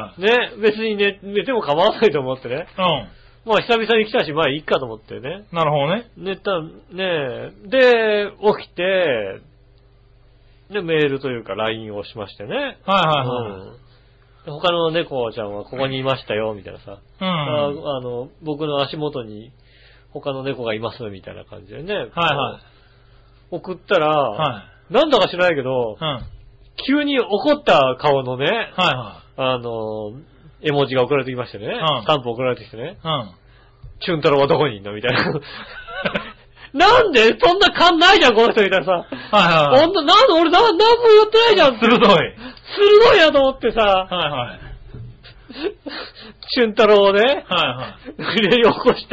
ね、別に寝ても構わないと思ってね。まあ久々に来たし、まあいいかと思ってね。 なるほどね。 寝た、ねで、起きて、で、メールというか LINE をしましてね。他の猫ちゃんはここにいましたよ、みたいなさ。僕の足元に他の猫がいます、みたいな感じでね。送ったら、なんだか知らないけど、急に怒った顔のね、絵文字が送られてきましてね。スタンプ送られてきてね。チュン太郎はどこにいんのみたいな。なんでそんな勘ないじゃん、この人みたいなさ。俺何も言ってないじゃん。 鋭いなと思ってさ。チュン太郎をね、上に起こして、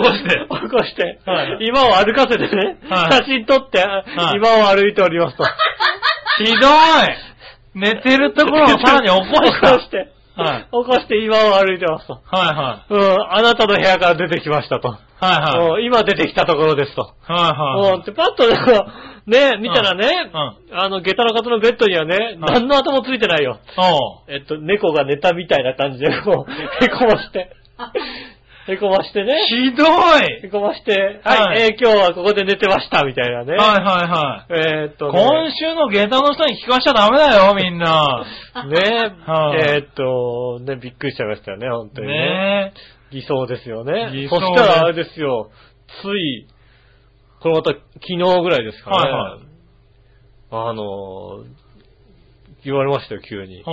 今を歩かせてね、写真撮って、今を歩いておりますと。 ひどい！寝てるところをさらに起こして。 起こして今を歩いてますと。あなたの部屋から出てきましたと。今出てきたところですと。で、パッとね、見たらね、下駄の方のベッドにはね、何の跡もついてないよ。猫が寝たみたいな感じで、こう、へこましてね。 ひどい！ へこまして、今日はここで寝てました、みたいなね。 今週の下駄の人に聞かしちゃダメだよ、みんな。 ね、びっくりしちゃいましたよね、本当にね。偽装ですよね。そしたらあれですよ、つい、これまた昨日ぐらいですかね。言われましたよ、急に。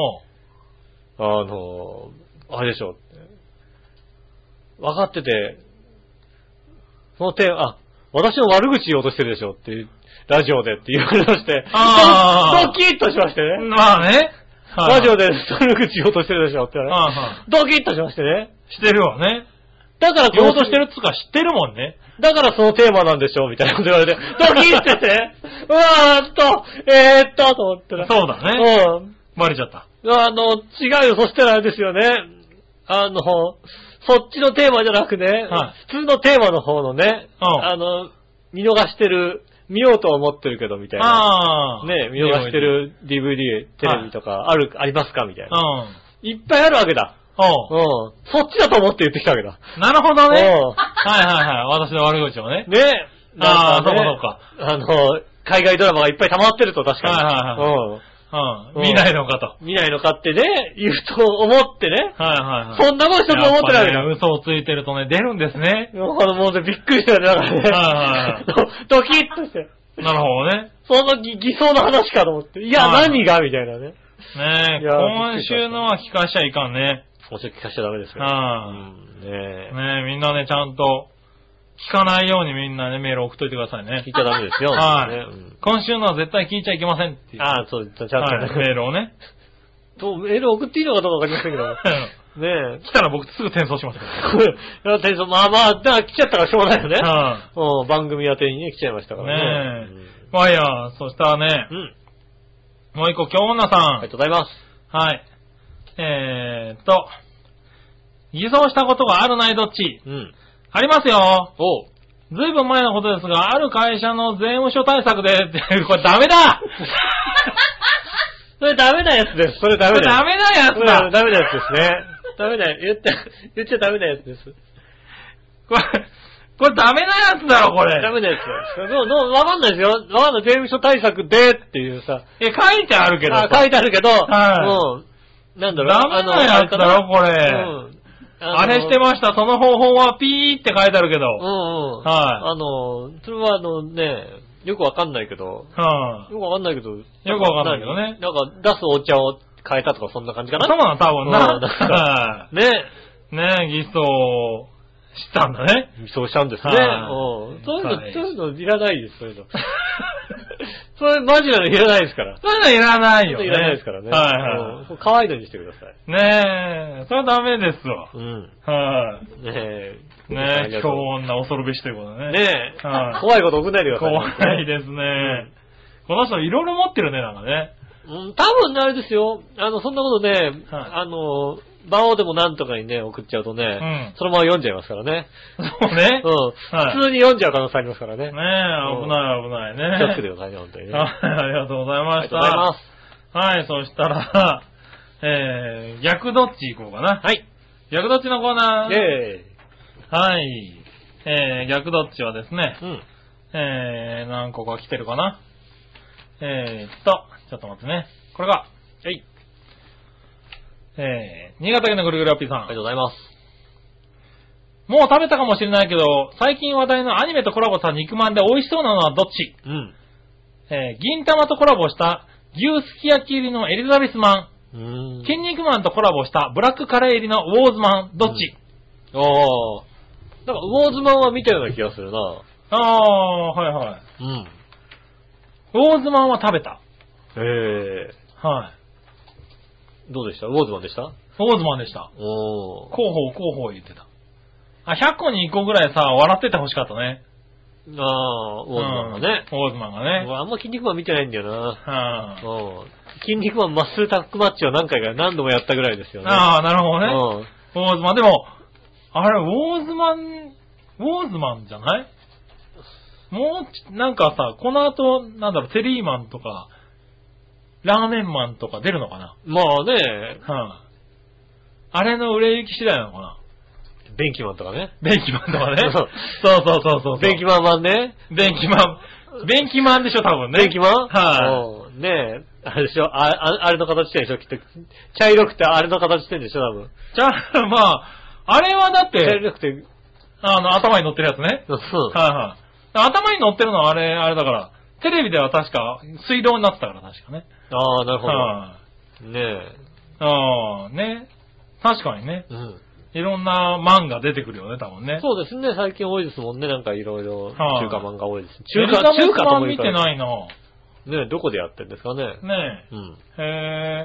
あれでしょ。分かってて、その点、私の悪口言おうとしてるでしょっていう、ラジオでって言われまして、ドキッとしましてね。 まあね。 ラジオで悪口言おうとしてるでしょって言われて、ドキッとしましてね。 してるわね。 だから言おうとしてるっつうか知ってるもんね。 だからそのテーマなんでしょみたいなこと言われて、ドキッてて、と思ってた。 そうだね。うん。バレちゃった。 違うよ、そしたらあれですよね。そっちのテーマじゃなくね、普通のテーマの方のね、見逃してる、見ようと思ってるけど、みたいな。ね、見逃してる DVD、テレビとかありますかみたいな。いっぱいあるわけだ。そっちだと思って言ってきたわけだ。 なるほどね。私の悪口をね。 ね。 そうか。 海外ドラマがいっぱい溜まってると確かに。 見ないのかと。 見ないのかってね、言うと思ってね。そんなこと一つも思ってないわけだ。 嘘をついてるとね、出るんですね。 もうびっくりしたよね、だからね。ドキッとして。 なるほどね。 その偽装の話かと思って。いや、何がみたいなね。 ねえ、今週のは聞かしちゃいかんね。 今週聞かしちゃダメですよ。 ねえ、みんなね、ちゃんと、聞かないようにみんなね、メール送っといてくださいね。 聞いちゃダメですよ。 今週のは絶対聞いちゃいけませんっていう。 そう、ちゃんとね。 メールをね。 メール送っていいのかどうかわかりませんけど。ねえ。 来たら僕すぐ転送しますから。転送、だから来ちゃったからしょうがないよね。番組宛てにね、来ちゃいましたからね。 いや、そしたらね、もう一個、京女さん。 ありがとうございます。 はい。偽装したことがあるないどっち？ありますよ。ずいぶん前のことですが、ある会社の税務署対策で、これダメだそれダメなやつです。それダメなやつだ。ダメなやつですね。ダメだよ。言っちゃダメなやつです。 これダメなやつだろ、これ。 ダメなやつだよ。わかんないですよ。わかんない。税務署対策でっていうさ。 書いてあるけど。 書いてあるけど、なんだろう。 ダメなやつだろ、これ。あれしてました。その方法はピーって書いてあるけど。 それはよくわかんないけど。よくわかんないけど。 よくわかんないけどね。 なんか出すお茶を変えたとかそんな感じかな。 そうなの、多分な。 ね。 偽装したんだね。 偽装したんですね。そういうのいらないです、そういうの。それマジなのいらないですから。 そういうのいらないよね。 いらないですからね。可愛いのにしてください。 ねえ、それはダメですわ。 ねえ、今日女恐るべしということでね。 ねえ、怖いこと送んないでください。 怖いですね。この人いろいろ持ってるね、なんかね。 多分ね、あれですよ。そんなことね、場をでもなんとかにね、送っちゃうとね、そのまま読んじゃいますからね。 そうね。 普通に読んじゃう可能性ありますからね。 ねえ、危ないね。 気をつけてくださいね、本当にね。 ありがとうございました。 ありがとうございます。 はい、そしたら、逆どっち行こうかな。 はい。 逆どっちのコーナー。はい。逆どっちはですね、何個か来てるかな。ちょっと待ってね。これが、新潟県のぐるぐるアッピーさん。ありがとうございます。 もう食べたかもしれないけど、最近話題のアニメとコラボした肉まんで美味しそうなのはどっち？銀玉とコラボした牛すき焼き入りのエリザベスマン。筋肉マンとコラボしたブラックカレー入りのウォーズマン。どっち？ なんかウォーズマンは見たような気がするな。 はい。ウォーズマンは食べた。はい。 どうでした？ウォーズマンでした？ ウォーズマンでした。広報言ってた。100個に1個ぐらいさ、笑ってて欲しかったね。 ウォーズマンがね。 ウォーズマンがね。 あんま筋肉マン見てないんだよな。筋肉マンマッスルタックマッチを何度もやったぐらいですよね。 なるほどね。ウォーズマン。でも、あれ、ウォーズマンじゃない？もう、なんかさ、この後、テリーマンとか、ラーメンマンとか出るのかな？ まあね。 あれの売れ行き次第なのかな？ 電気マンとかね。 電気マンとかね。そう。 電気マンマンね。 電気マンでしょ、多分ね。 電気マン？ねえ。あれでしょ、あれの形してんでしょ、きっと。茶色くてあれの形してんでしょ、多分。 あれはだって、 茶色くて、 頭に乗ってるやつね。頭に乗ってるのはあれだから、テレビでは確か水道になってたから確かね。 なるほど。 ねえ。確かにね。いろんなマンが出てくるよね、多分ね。 そうですね、最近多いですもんね、なんかいろいろ中華マンが多いです。 中華マン見てないな。 ねえ、どこでやってんですかね。 ねえ。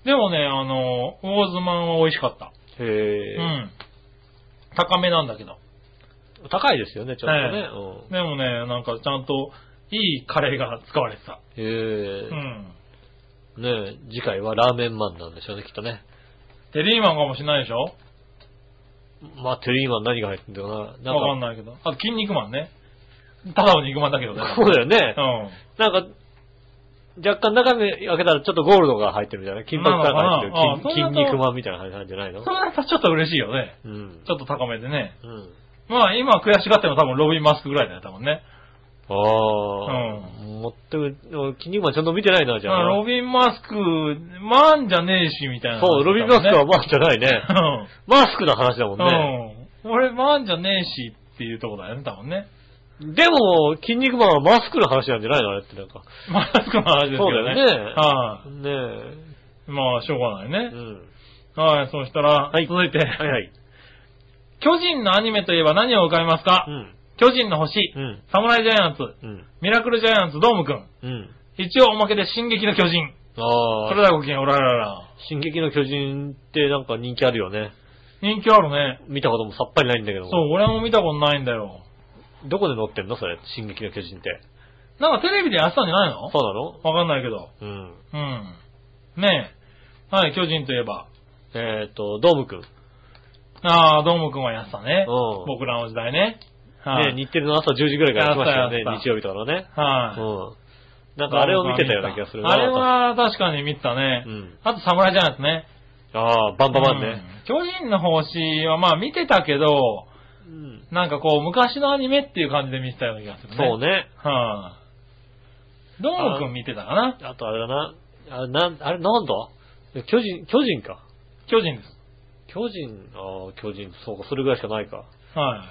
でもね、魚ズマンは美味しかった。 へぇうん。高めなんだけど。 高いですよね、ちょっとね。 でもね、なんかちゃんといいカレーが使われてた。 へぇうん。ねえ、次回はラーメンマンなんでしょうね、きっとね。 テリーマンかもしれないでしょ？ まあ、テリーマン何が入ってんだよな。 わかんないけど。あと、筋肉マンね。ただの肉マンだけどね。 そうだよね。 うん。 なんか、若干中身開けたらちょっとゴールドが入ってるみたいな。金箔が入ってる。筋肉マンみたいな感じなんじゃないの？ それだとちょっと嬉しいよね。 うん。 ちょっと高めでね。 うん。 まあ、今悔しがってるのは多分ロビンマスクぐらいだよ、多分ね。 ああ。うん。持ってる、筋肉マンちゃんと見てないな、じゃあ。 ロビンマスク、マンじゃねえし、みたいな、ね。 そう、ロビンマスクはマンじゃないね。うん。マスクの話だもんね。 うん。俺、マンじゃねえしっていうとこだよね、多分ね。 でも、筋肉マンはマスクの話なんじゃないのあれってなんか。 マスクの話ですよね。 そうだよね。 はい、 ねえ。まあ、しょうがないね。うん。はい、そしたら、はい、続いて。はいはい。巨人のアニメといえば何を浮かべますか？うん。巨人の星、うん、サムライジャイアンツ、うん、ミラクルジャイアンツ、ドームくん。うん。一応おまけで進撃の巨人。ああ。それではごきげん、おららら。 進撃の巨人ってなんか人気あるよね。 人気あるね。 見たこともさっぱりないんだけど。 そう、俺も見たことないんだよ。 どこで載ってんのそれ、進撃の巨人って。 なんかテレビでやってたんじゃないの？ そうなの？ わかんないけど。うん。うん。ねえ。はい、巨人といえば。 ドームくん。 ああ、ドームくんはやってたね。うん。僕らの時代ね。 はい。ね、日テレの朝10時ぐらいからやってましたよね、日曜日とかのね。はい。うん。なんかあれを見てたような気がするな。 あれは確かに見てたね。うん。あとサムライジャイアンツね。 ああ、バンババンね。 巨人の星はまあ見てたけど、うん、なんかこう昔のアニメっていう感じで見てたような気がするね。 そうね。 はい。ドームくん見てたかな。 あとあれだな。あれなんだ巨人か。 巨人です。 巨人、巨人、そうか、それぐらいしかないか。 はい。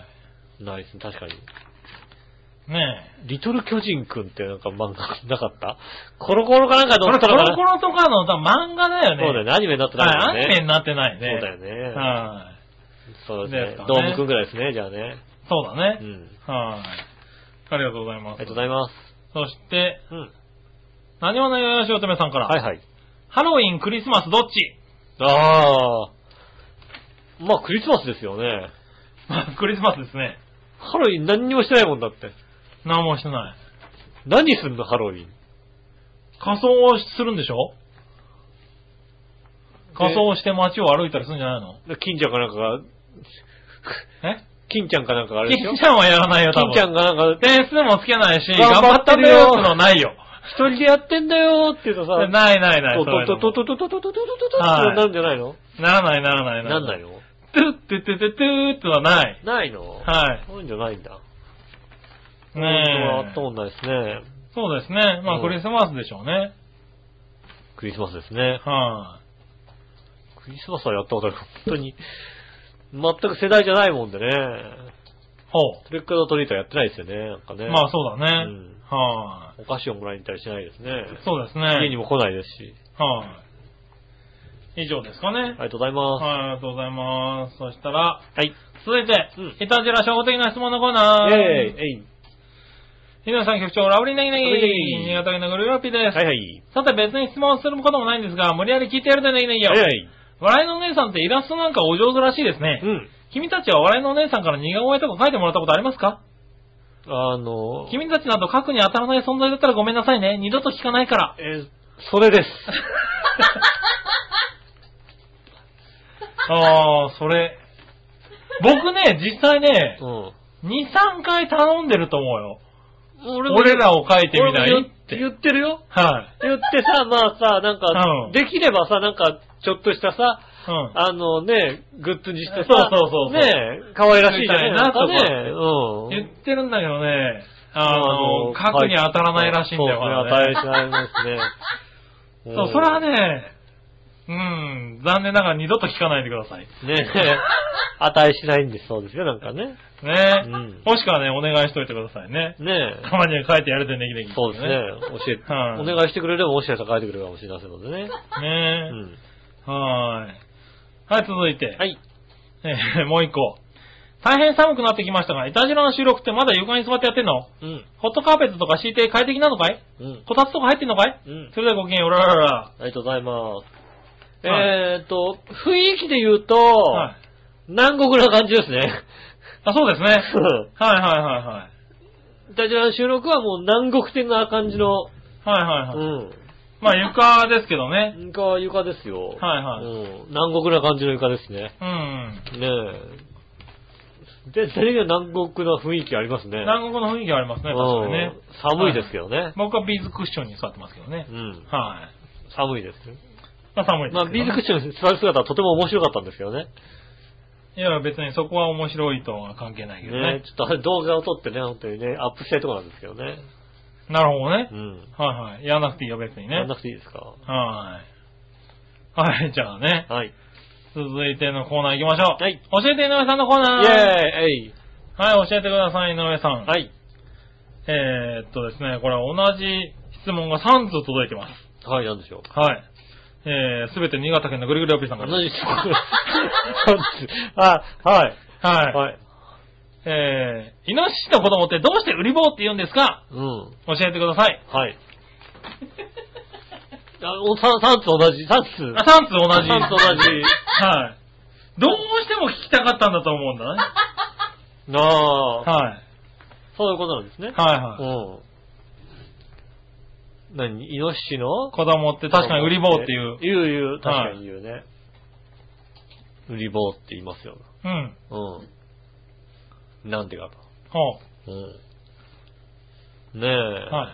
ないですね、確かに。 ねえ。リトル巨人くんってなんか漫画なかった？コロコロかなんか載ったのかな？ コロコロとかの漫画だよね。 そうだよね、アニメになってないもんね。 アニメになってないね。 そうだよね。 はい。 そうですね。ドームくんぐらいですね、じゃあね。 そうだね。うん。はい。ありがとうございます。 ありがとうございます。 そして、うん。何話のよよしおとめさんから。 はいはい。 ハロウィン、クリスマスどっち？ ああ。まあクリスマスですよね。 クリスマスですね。 ハロウィン何にもしてないもんだって。 何もしてない。 何すんのハロウィン。 仮装をするんでしょ？仮装して街を歩いたりするんじゃないの？ 金ちゃんかなんかが、金ちゃんかなんかがあるでしょ？ 金ちゃんはやらないよ、多分。 金ちゃんがなんか、 点数もつけないし、頑張ってるよってのないよ。 一人でやってんだよって言うとさ、 ない。 トトトトトトトトトトトってなるんじゃないの？ ならない。 なんないの？ トゥットゥットゥットゥットゥってはない。 ないの？ はい。 そういうんじゃないんだ。 ねえ。 あったもんないですね。 そうですね。まあクリスマスでしょうね。 クリスマスですね。 はい。 クリスマスはやったことある。本当に、全く世代じゃないもんでね。 ほう。 トリックオアトリートやってないですよね。なんかね。 まあそうだね。うん。はい。 お菓子をもらいに行ったりしないですね。 そうですね。 家にも来ないですし。 はい。以上ですかね。 ありがとうございます。 はい、ありがとうございます。そしたら、 はい。 続いて、いたじら初歩的な質問のコーナー。ひなさん局長、ラブリーネギネギ。新潟県のグルーピーです。 はいはい。 さて別に質問することもないんですが、無理やり聞いてやるとネギネギよ。 はいはい。 笑いのお姉さんってイラストなんかお上手らしいですね。うん。君たちは笑いのお姉さんから似顔絵とか描いてもらったことありますか？君たちなど書くに当たらない存在だったらごめんなさいね。二度と聞かないから。 それです。 それ。僕ね、実際ね、2、3回頼んでると思うよ。俺らを書いてみないって言ってるよ。 はい。 言ってさ、まあさ、なんか、できればさ、なんか、ちょっとしたさ、ね、グッズにしてさ、 そう。 ね、可愛らしいじゃないなとね、言ってるんだけどね、書くに当たらないらしいんだよ、 そうね、当たりしないですね。 そう、それはね、残念ながら二度と聞かないでください。 ね値しないんです、そうですよ、なんかね。 ねもしくはね、お願いしといてくださいね。 ねたまには書いてやるでネギネギ。 そうですね。お願いしてくれればもしかしたら書いてくれるかもしれませんのでね。 はい、続いて。 はい。 もう一個。大変寒くなってきましたが、イタジラの収録ってまだ床に座ってやってんの？ホットカーペットとか敷いて快適なのかい？こたつとか入ってんのかい？それではごきげんよう、ららら。 ありがとうございます。 雰囲気で言うと、はい、南国な感じですね。 あ、そうですね。はいはいはいはい。 大体の収録はもう南国的な感じの。はいはいはい。うん。まあ床ですけどね。 床ですよ。 はいはい。 うん。南国な感じの床ですね。 うん。 ねえ。で、何が南国の雰囲気ありますね。 南国の雰囲気ありますね、確かにね。 寒いですけどね。はい、 僕はビーズクッションに座ってますけどね。 うん。 はい。 寒いですよ。 まあ寒いです、ね。 まあビーズクッションに座る姿はとても面白かったんですけどね。 いや、別にそこは面白いとは関係ないけどね。 ね、ちょっと動画を撮ってね、本当にね、アップしたいところなんですけどね。 なるほどね。 うん。 はいはい。やらなくていいよ、別にね。 やらなくていいですか。 はい。はい、じゃあね。 はい。 続いてのコーナー行きましょう。 はい。 教えて井上さんのコーナー。 イェーイ。 はい、教えてください、井上さん。 はい。 ですね、これは同じ質問が3通届いてます。 はい、なんでしょう。 はい。すべて新潟県のぐりぐりおっぴーさんから。 同じ質問。あ、はい。 はい。 はい。 イノシシの子供ってどうしてウリ坊って言うんですか？ うん。 教えてください。 はい。3つ同じ。3つ。 3つ同じ。 3つ同じ。 はい。どうしても聞きたかったんだと思うんだね。はい。 そういうことなんですね。 はいはい。 イノシシの子供って確かにウリ坊っていう。 言う。確かに言うね。ウリ坊って言いますよ。 うん。 なんでかと。 はあ。ねえ。 はい。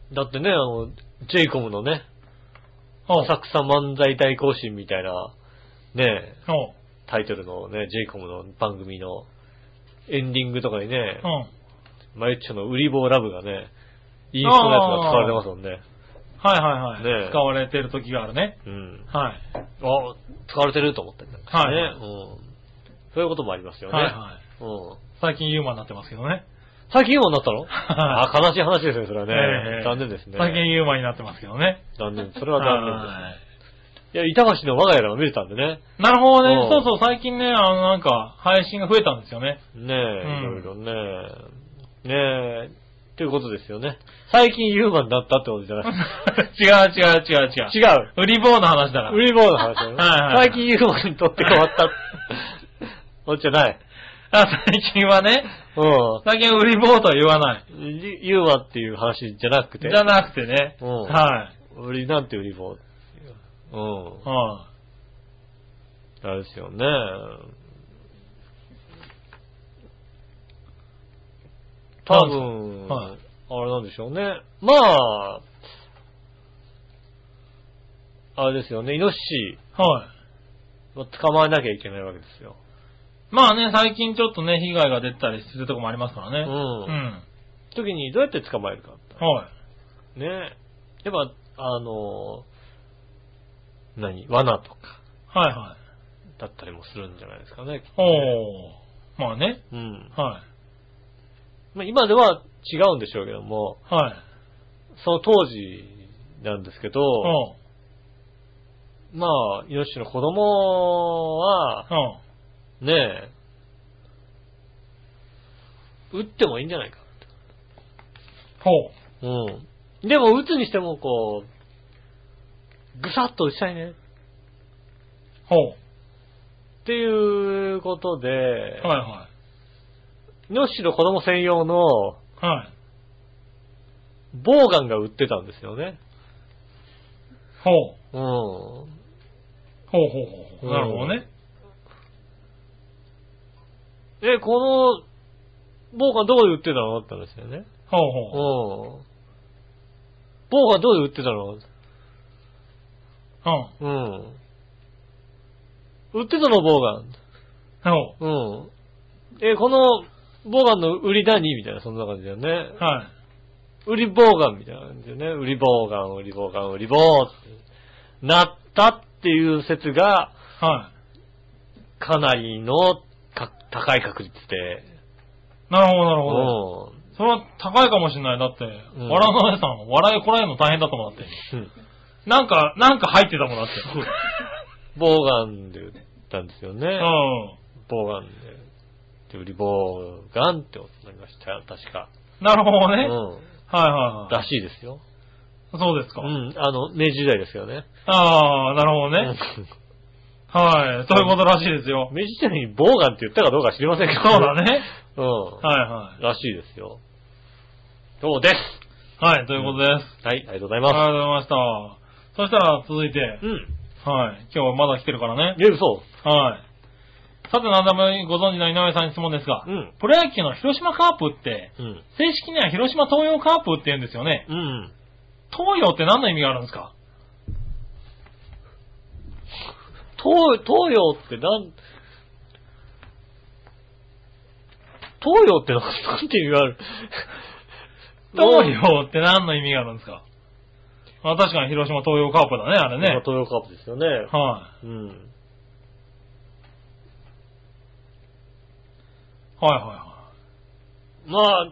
だってね、ジェイコムのね、浅草漫才大行進みたいな、ねえ、タイトルのね、ジェイコムの番組のエンディングとかにね、マユッチョのウリ坊ラブがね、インストのやつが使われてますもんね。 はいはいはい。 ね、 使われてる時があるね。 うん。 はい。 使われてると思ってんだよね。 はい、 ね。うん。そういうこともありますよね。 はいはい。うん。最近ユーマになってますけどね。 最近ユーマになったの？悲しい話ですね、それはね。残念ですね。 最近ユーマになってますけどね。 残念。それは残念です。いや、板橋の我が家らが見れたんでね。 なるほどね。そうそう、最近ね、なんか、配信が増えたんですよね。 ねえ、いろいろね。ねえ、ということですよね。最近ユーマになったってことじゃない違う。ウリ坊の話だから。 ウリ坊の話だね。最近ユーマにとって変わった。そうじゃない。 最近はね。最近はウリ坊とは言わない。 ユーマっていう話じゃなくて。 じゃなくてね。はい。 なんてウリ坊っていう。あれですよね。多分、あれなんでしょうね。まあ、あれですよね、イノシシ。 はい。 捕まえなきゃいけないわけですよ。 まあね、最近ちょっとね、被害が出たりするとこもありますからね。 時にどうやって捕まえるか。 はい。 ね。やっぱ、罠とか。 はいはい。 だったりもするんじゃないですかね。 まあね。はい。 まあ今では違うんでしょうけども。 はい。 その当時なんですけど、まあ、イノシシの子供は、ねえ、撃ってもいいんじゃないかって。でも撃つにしてもこう、ぐさっと撃ちたいね。っていうことで、 はいはい。 イノシシの子供専用の、ボウガンが売ってたんですよね。 なるほどね。 この、ボウガンどこで売ってたのって話だよね。ボウガンどこで売ってたの売ってたのボウガン。この、ボウガンの売り何みたいな、そんな感じだよね。売りボウガンみたいな感じだよね。売りボウガンってなったっていう説が、かなりの高い確率で。 なるほど、なるほど。それは高いかもしれない。だって、笑の姉さん、笑いこらえるの大変だと思って。なんか入ってたもんだって。 ボウガンで売ったんですよね。ボウガンで。売りボウガンってことになりましたよ、確か。 なるほどね。らしいですよ。 そうですか。 明治時代ですけどね。 ああ、なるほどね。はい。そういうことらしいですよ。 明治時代にボウガンって言ったかどうか知りませんけど、 そうだね。 はい。らしいですよ。そうです。 はい、ということです。 はい、ありがとうございます。 ありがとうございました。そしたら続いて、はい。今日はまだ来てるからね。 そう。 はい。さて、何でもご存知の井上さんに質問ですが、プロ野球の広島カープって、正式には広島東洋カープって言うんですよね。東洋って何の意味があるんですか？ 東洋って東洋ってなんて意味がある？ 東洋って何の意味があるんですか？確かに広島東洋カープだね、あれね。 東洋カープですよね。 はい。はいはいはい。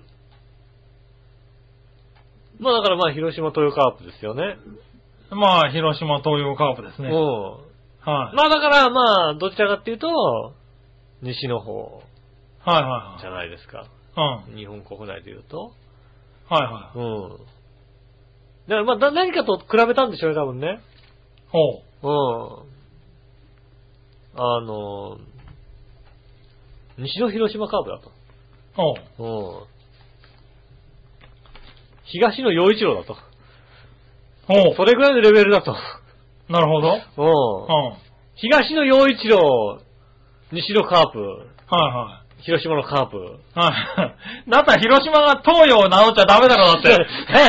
まあだから広島東洋カープですよね。 広島東洋カープですね。はい。 だからどちらかっていうと、西の方。 はいはい。 じゃないですか。日本国内で言うと。 はいはい。 だから何かと比べたんでしょうね、多分ね。西の広島カープだと。東の陽一郎だと。それぐらいのレベルだと。 なるほど。 東の陽一郎、西のカープ。 はいはい。 広島のカープ。 はい。だったら広島が東洋を名乗っちゃダメだろ、だって。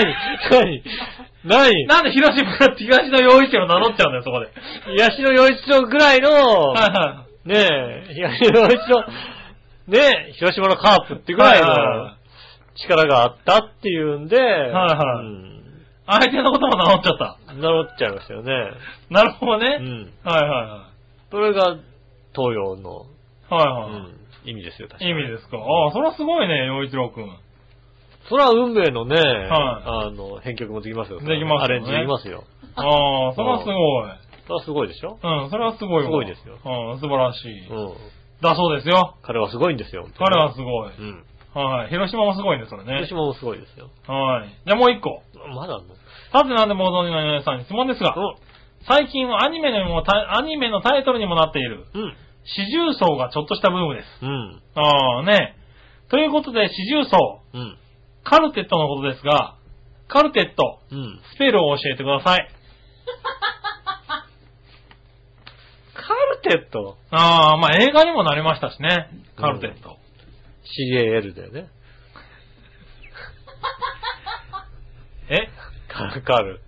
何なんで広島が東の陽一郎を名乗っちゃうんだよ、そこで。 東の陽一郎ぐらいの、東の陽一郎、広島のカープってぐらいの力があったっていうんで、 相手のことも名乗っちゃった。 名乗っちゃいましたよね。 なるほどね。 それが東洋の、意味ですよ、確かに。 意味ですか。それはすごいね、陽一郎くん。 それは運命のね、編曲もできますよ。 できますよね。 アレンジできますよ。 それはすごい。 それはすごいでしょ？ それはすごいわ。 すごいですよ。 素晴らしい。だそうですよ。 彼はすごいんですよ。 彼はすごい。広島もすごいね、それね。 広島もすごいですよ。 じゃあもう一個。 まだあんの？ さてなんでもご存知の井上さんに質問ですが、最近はアニメのタイトルにもなっている、四重奏がちょっとしたブームです。ということで、四重奏、カルテットのことですが、カルテット、スペルを教えてください。 カルテット？ 映画にもなりましたしね、カルテット。 CAL だよね。カル。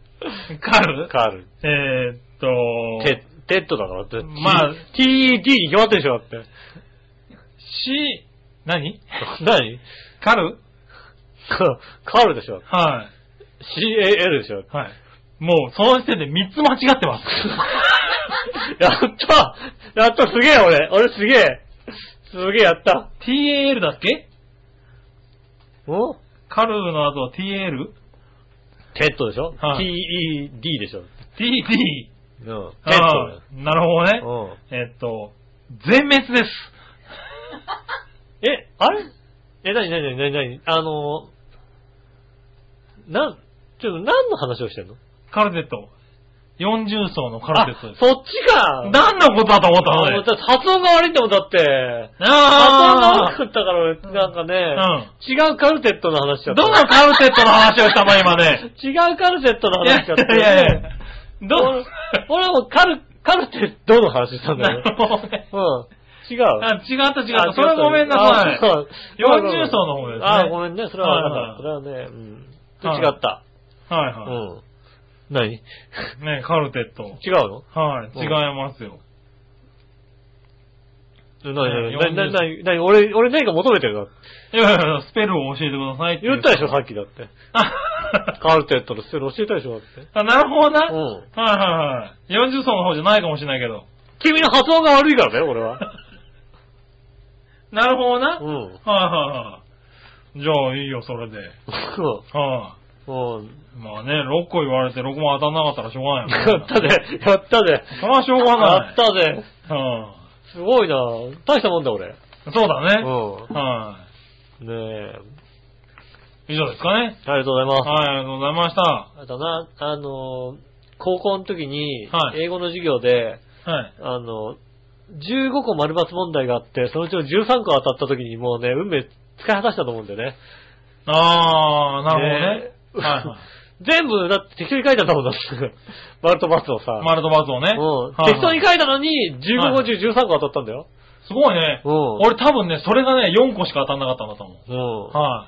テッドだからって。TED に決まってるでしょ、だって。 何カルでしょ。CAL でしょ。 もう、その時点で3つ間違ってます。 やったすげえ俺すげえやった。 TAL だっけ？ お？ カルの後は TAL？ テッドでしょ？ TED でしょ。 TD。 テッド。 なるほどね。全滅です。 あれ？何何の話をしてんの？ カルテット。40層のカルテットです。 そっちか！ 何のことだと思ったのね。 発音が悪いってことだって。発音が悪かったからなんかね、違うカルテットの話しちゃった。 どのカルテットの話をしたの今ね。 違うカルテットの話しちゃった。俺はもうカルテットの話したんだよ。違う。 違った。それごめんなさい。40層の方ですね。 ごめんね。それは分かった。それはね、違った。何？ ねカルテット。 違うの？ 違いますよ。 何俺何か求めてるの？ いや、スペルを教えてくださいって言ったでしょ、さっきだって。カルテットのスペル教えたでしょ、だって。 なるほどな。40層の方じゃないかもしれないけど。 君の発音が悪いからね、俺は。 なるほどな。じゃあいいよ、それで。まあね、6個言われて6も当たんなかったらしょうがないよ。 やったぜ。 それはしょうがない。 やったぜ。すごいな。大したもんだ、俺。 そうだね。 ねえ。 以上ですかね。 ありがとうございます。 はい、ありがとうございました。 あと高校の時に、英語の授業で、はい、15個丸抜問題があって、そのうちの13個当たった時にもうね、運命使い果たしたと思うんだよね。 あー、なるほどね。はいはい、 全部、だって適当に書いてあったもんだって。丸と×をさ。 丸と×をね。 うん。適当に書いたのに、15個中13個当たったんだよ。 すごいね。うん。俺多分ね、それがね、4個しか当たんなかったんだと思う。うん。はい。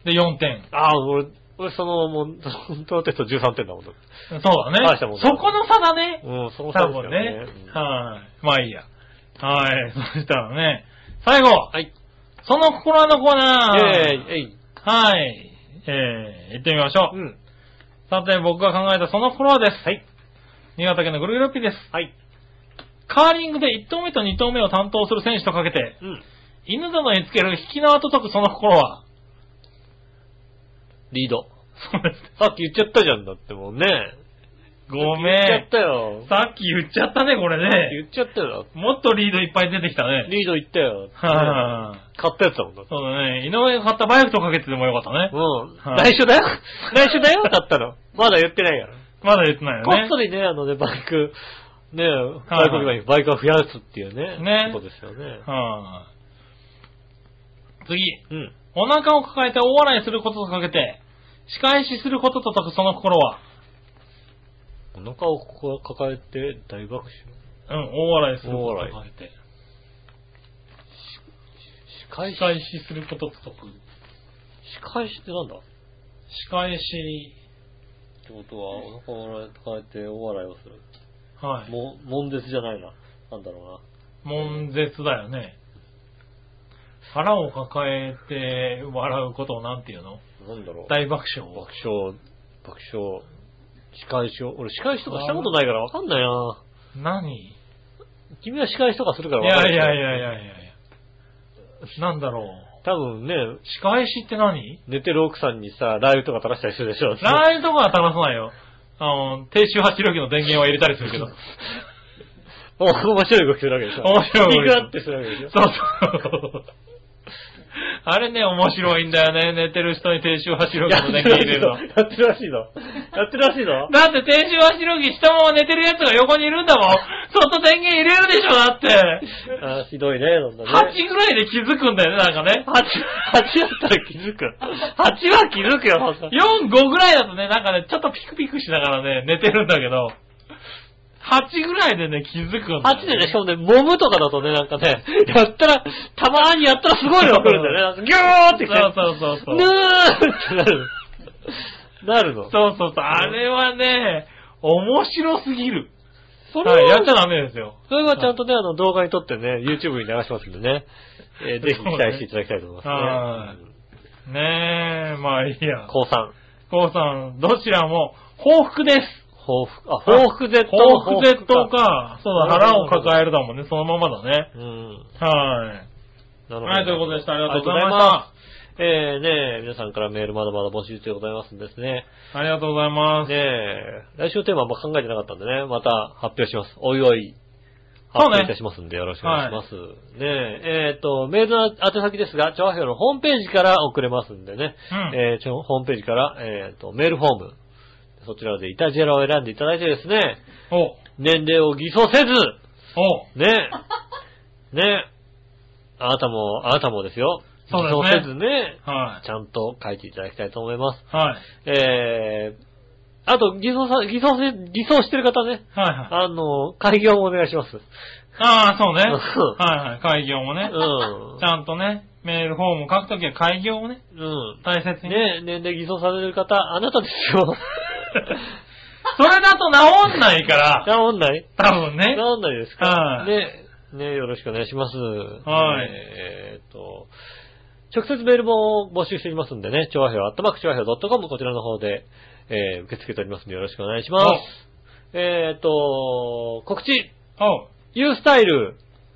で、4点。 ああ、俺もう、本当のテスト13点だもん。そうだね。そこの差だね。 うん、その差ですよね。 はい。まあいいや。はい。そしたらね、最後。はい。その心のコーナー。はい。行ってみましょう。うん。さて、僕が考えたその心です。はい。新潟県のぐるぐるっぴです。はい。カーリングで1投目と2投目を担当する選手とかけて、うん。犬殿につける引き縄と解くその心はリード。そうです。さっき言っちゃったじゃんだってもうね。 ごめん。 言っちゃったよ。 さっき言っちゃったね、これね。 言っちゃったよ。 もっとリードいっぱい出てきたね。 リード言ったよ。はい。買ったやつだもんだって。 そうだね。井上が買ったバイクとかけてでもよかったね。 うん。来週だよ。来週だよ、買ったの。まだ言ってないから。 まだ言ってないよね。 こっそりね、バイク、ね、バイクを増やすっていうね。そうですよね。はい。 次。うん。お腹を抱えて大笑いすることとかけて、仕返しすることと解くその心はお腹を抱えて大爆笑。うん、大笑いすることとかけて。 仕返しすることと解く。 仕返しってなんだ？ 仕返し。 ってことは、お腹を抱えて大笑いをする。 はい。 悶絶じゃないな。なんだろうな。悶絶だよね。腹を抱えて笑うことをなんていうの？ なんだろう。 大爆笑。 爆笑。仕返しを。俺仕返しとかしたことないからわかんないな。 何？ 君は仕返しとかするからわかんない。 いや。なんだろう。 多分ね。 仕返しって何？ 寝てる奥さんにさ、ラー油とか垂らしたりするでしょ。 ラー油とかは垂らさないよ。低周波治療器の電源は入れたりするけど。 面白い動きするわけでしょ。 面白い動き。 ピクってするわけでしょ。 そう。あれね、面白いんだよね。寝てる人に低周波治療器の電源入れるの。 やってるらしいの。 だって低周波治療器したまま寝てるやつが横にいるんだもん。そっと電源入れるでしょ、だって。 ひどいね、なんだね。 8ぐらいで気づくんだよね、なんかね。 8だったら気づく。8は気づくよ、 4、5ぐらいだとね、なんかね、ちょっとピクピクしながらね、寝てるんだけど。8ぐらいでね、気づくんだよ、ね。 8でね、しかもね、揉むとかだとね、なんかね、やったら、たまーにやったらすごいのが来るんだよね。ギューって来て。 そう。 ぬーってなるの。 そう。あれはね、面白すぎる。はい、やっちゃダメですよ。 それはちゃんとね、動画に撮ってね、YouTube に流しますんでね。ぜひ期待していただきたいと思いますね。ねえ、まあいいや。 高 3、どちらも、報復です。 報復 Z か。そうだ、腹を抱えるだもんね。そのままだね。はい。はい、ということでした。ありがとうございました。 皆さんからメールまだまだ募集中でございますんですね。 ありがとうございます。 来週テーマは考えてなかったんでね、また発表します。おいおい。発表いたしますんでよろしくお願いします。メールの宛先ですが、調和表のホームページから送れますんでね。ホームページから、メールフォーム。そちらでイタジェラを選んでいただいてですね。年齢を偽装せず。ね。あなたもですよ。偽装せずね。ちゃんと書いていただきたいと思います。あと、偽装してる方ね。開業もお願いします。 そうね。開業もね。ちゃんとね。メールフォーム書くときは開業をね。大切に。 年齢偽装される方、あなたですよ。 それだと治んないから。 治んない？ 多分ね。 治んないですか？よろしくお願いします。直接メールも募集していますんでね、調和表@こちらの方で、受け付けておりますのでよろしくお願いします。告知。ユースタイル。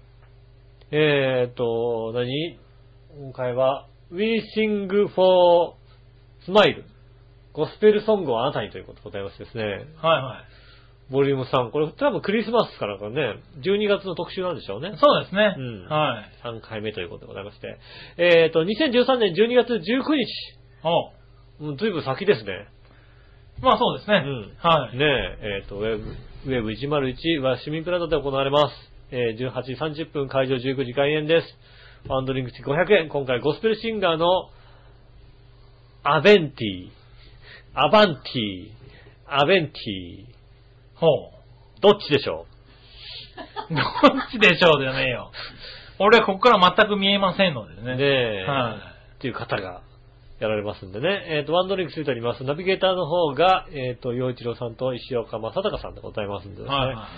今回は、We Sing for Smile。ゴスペルソングをあなたにということでございますですね。ボリューム3。これ多分クリスマスからかね、12月の特集なんでしょうね。 そうですね。 3回目ということでございまして。2013年12月19日。 ずいぶん先ですね。 まあそうですね。はい。 ねえ、ウェブ101は市民プラザで行われます。18時30分、会場19時開演です。ワンドリンク付き500円。今回ゴスペルシンガーのアバンティ。 ほう。 どっちでしょうどっちでしょうだよねよ。俺ここから全く見えませんのでね。 ねえ。はい。っていう方がやられますんでね。ワンドリンクついております。ナビゲーターの方が、陽一郎さんと石岡正隆さんでございますんでですね。はい、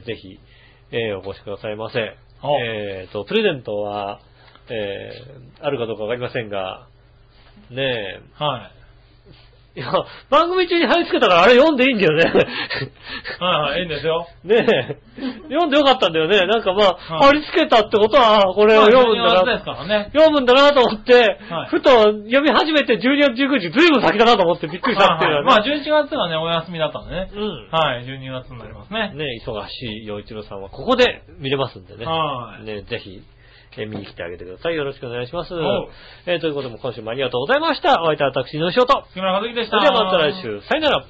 ぜひ、お越しくださいませ。プレゼントは、あるかどうかわかりませんが、ねえ。はい。いや、番組中に貼り付けたからあれ読んでいいんだよね。 はい、いいんですよ。 ねえ。読んでよかったんだよね。なんかまあ、貼り付けたってことは、これを読むんだな。読むんだなと思って、ふと読み始めて12月19日、ずいぶん先だなと思ってびっくりしたっていう。 まあ11月はね、お休みだったんでね。はい、12月になりますね。 ねえ、忙しい陽一郎さんはここで見れますんでね。はい。ねえ、ぜひ。見に来てあげてください。よろしくお願いします。ということで、今週もありがとうございました。お会いいたい私、のしおと。 木村和樹でした。 それではまた来週。さよなら。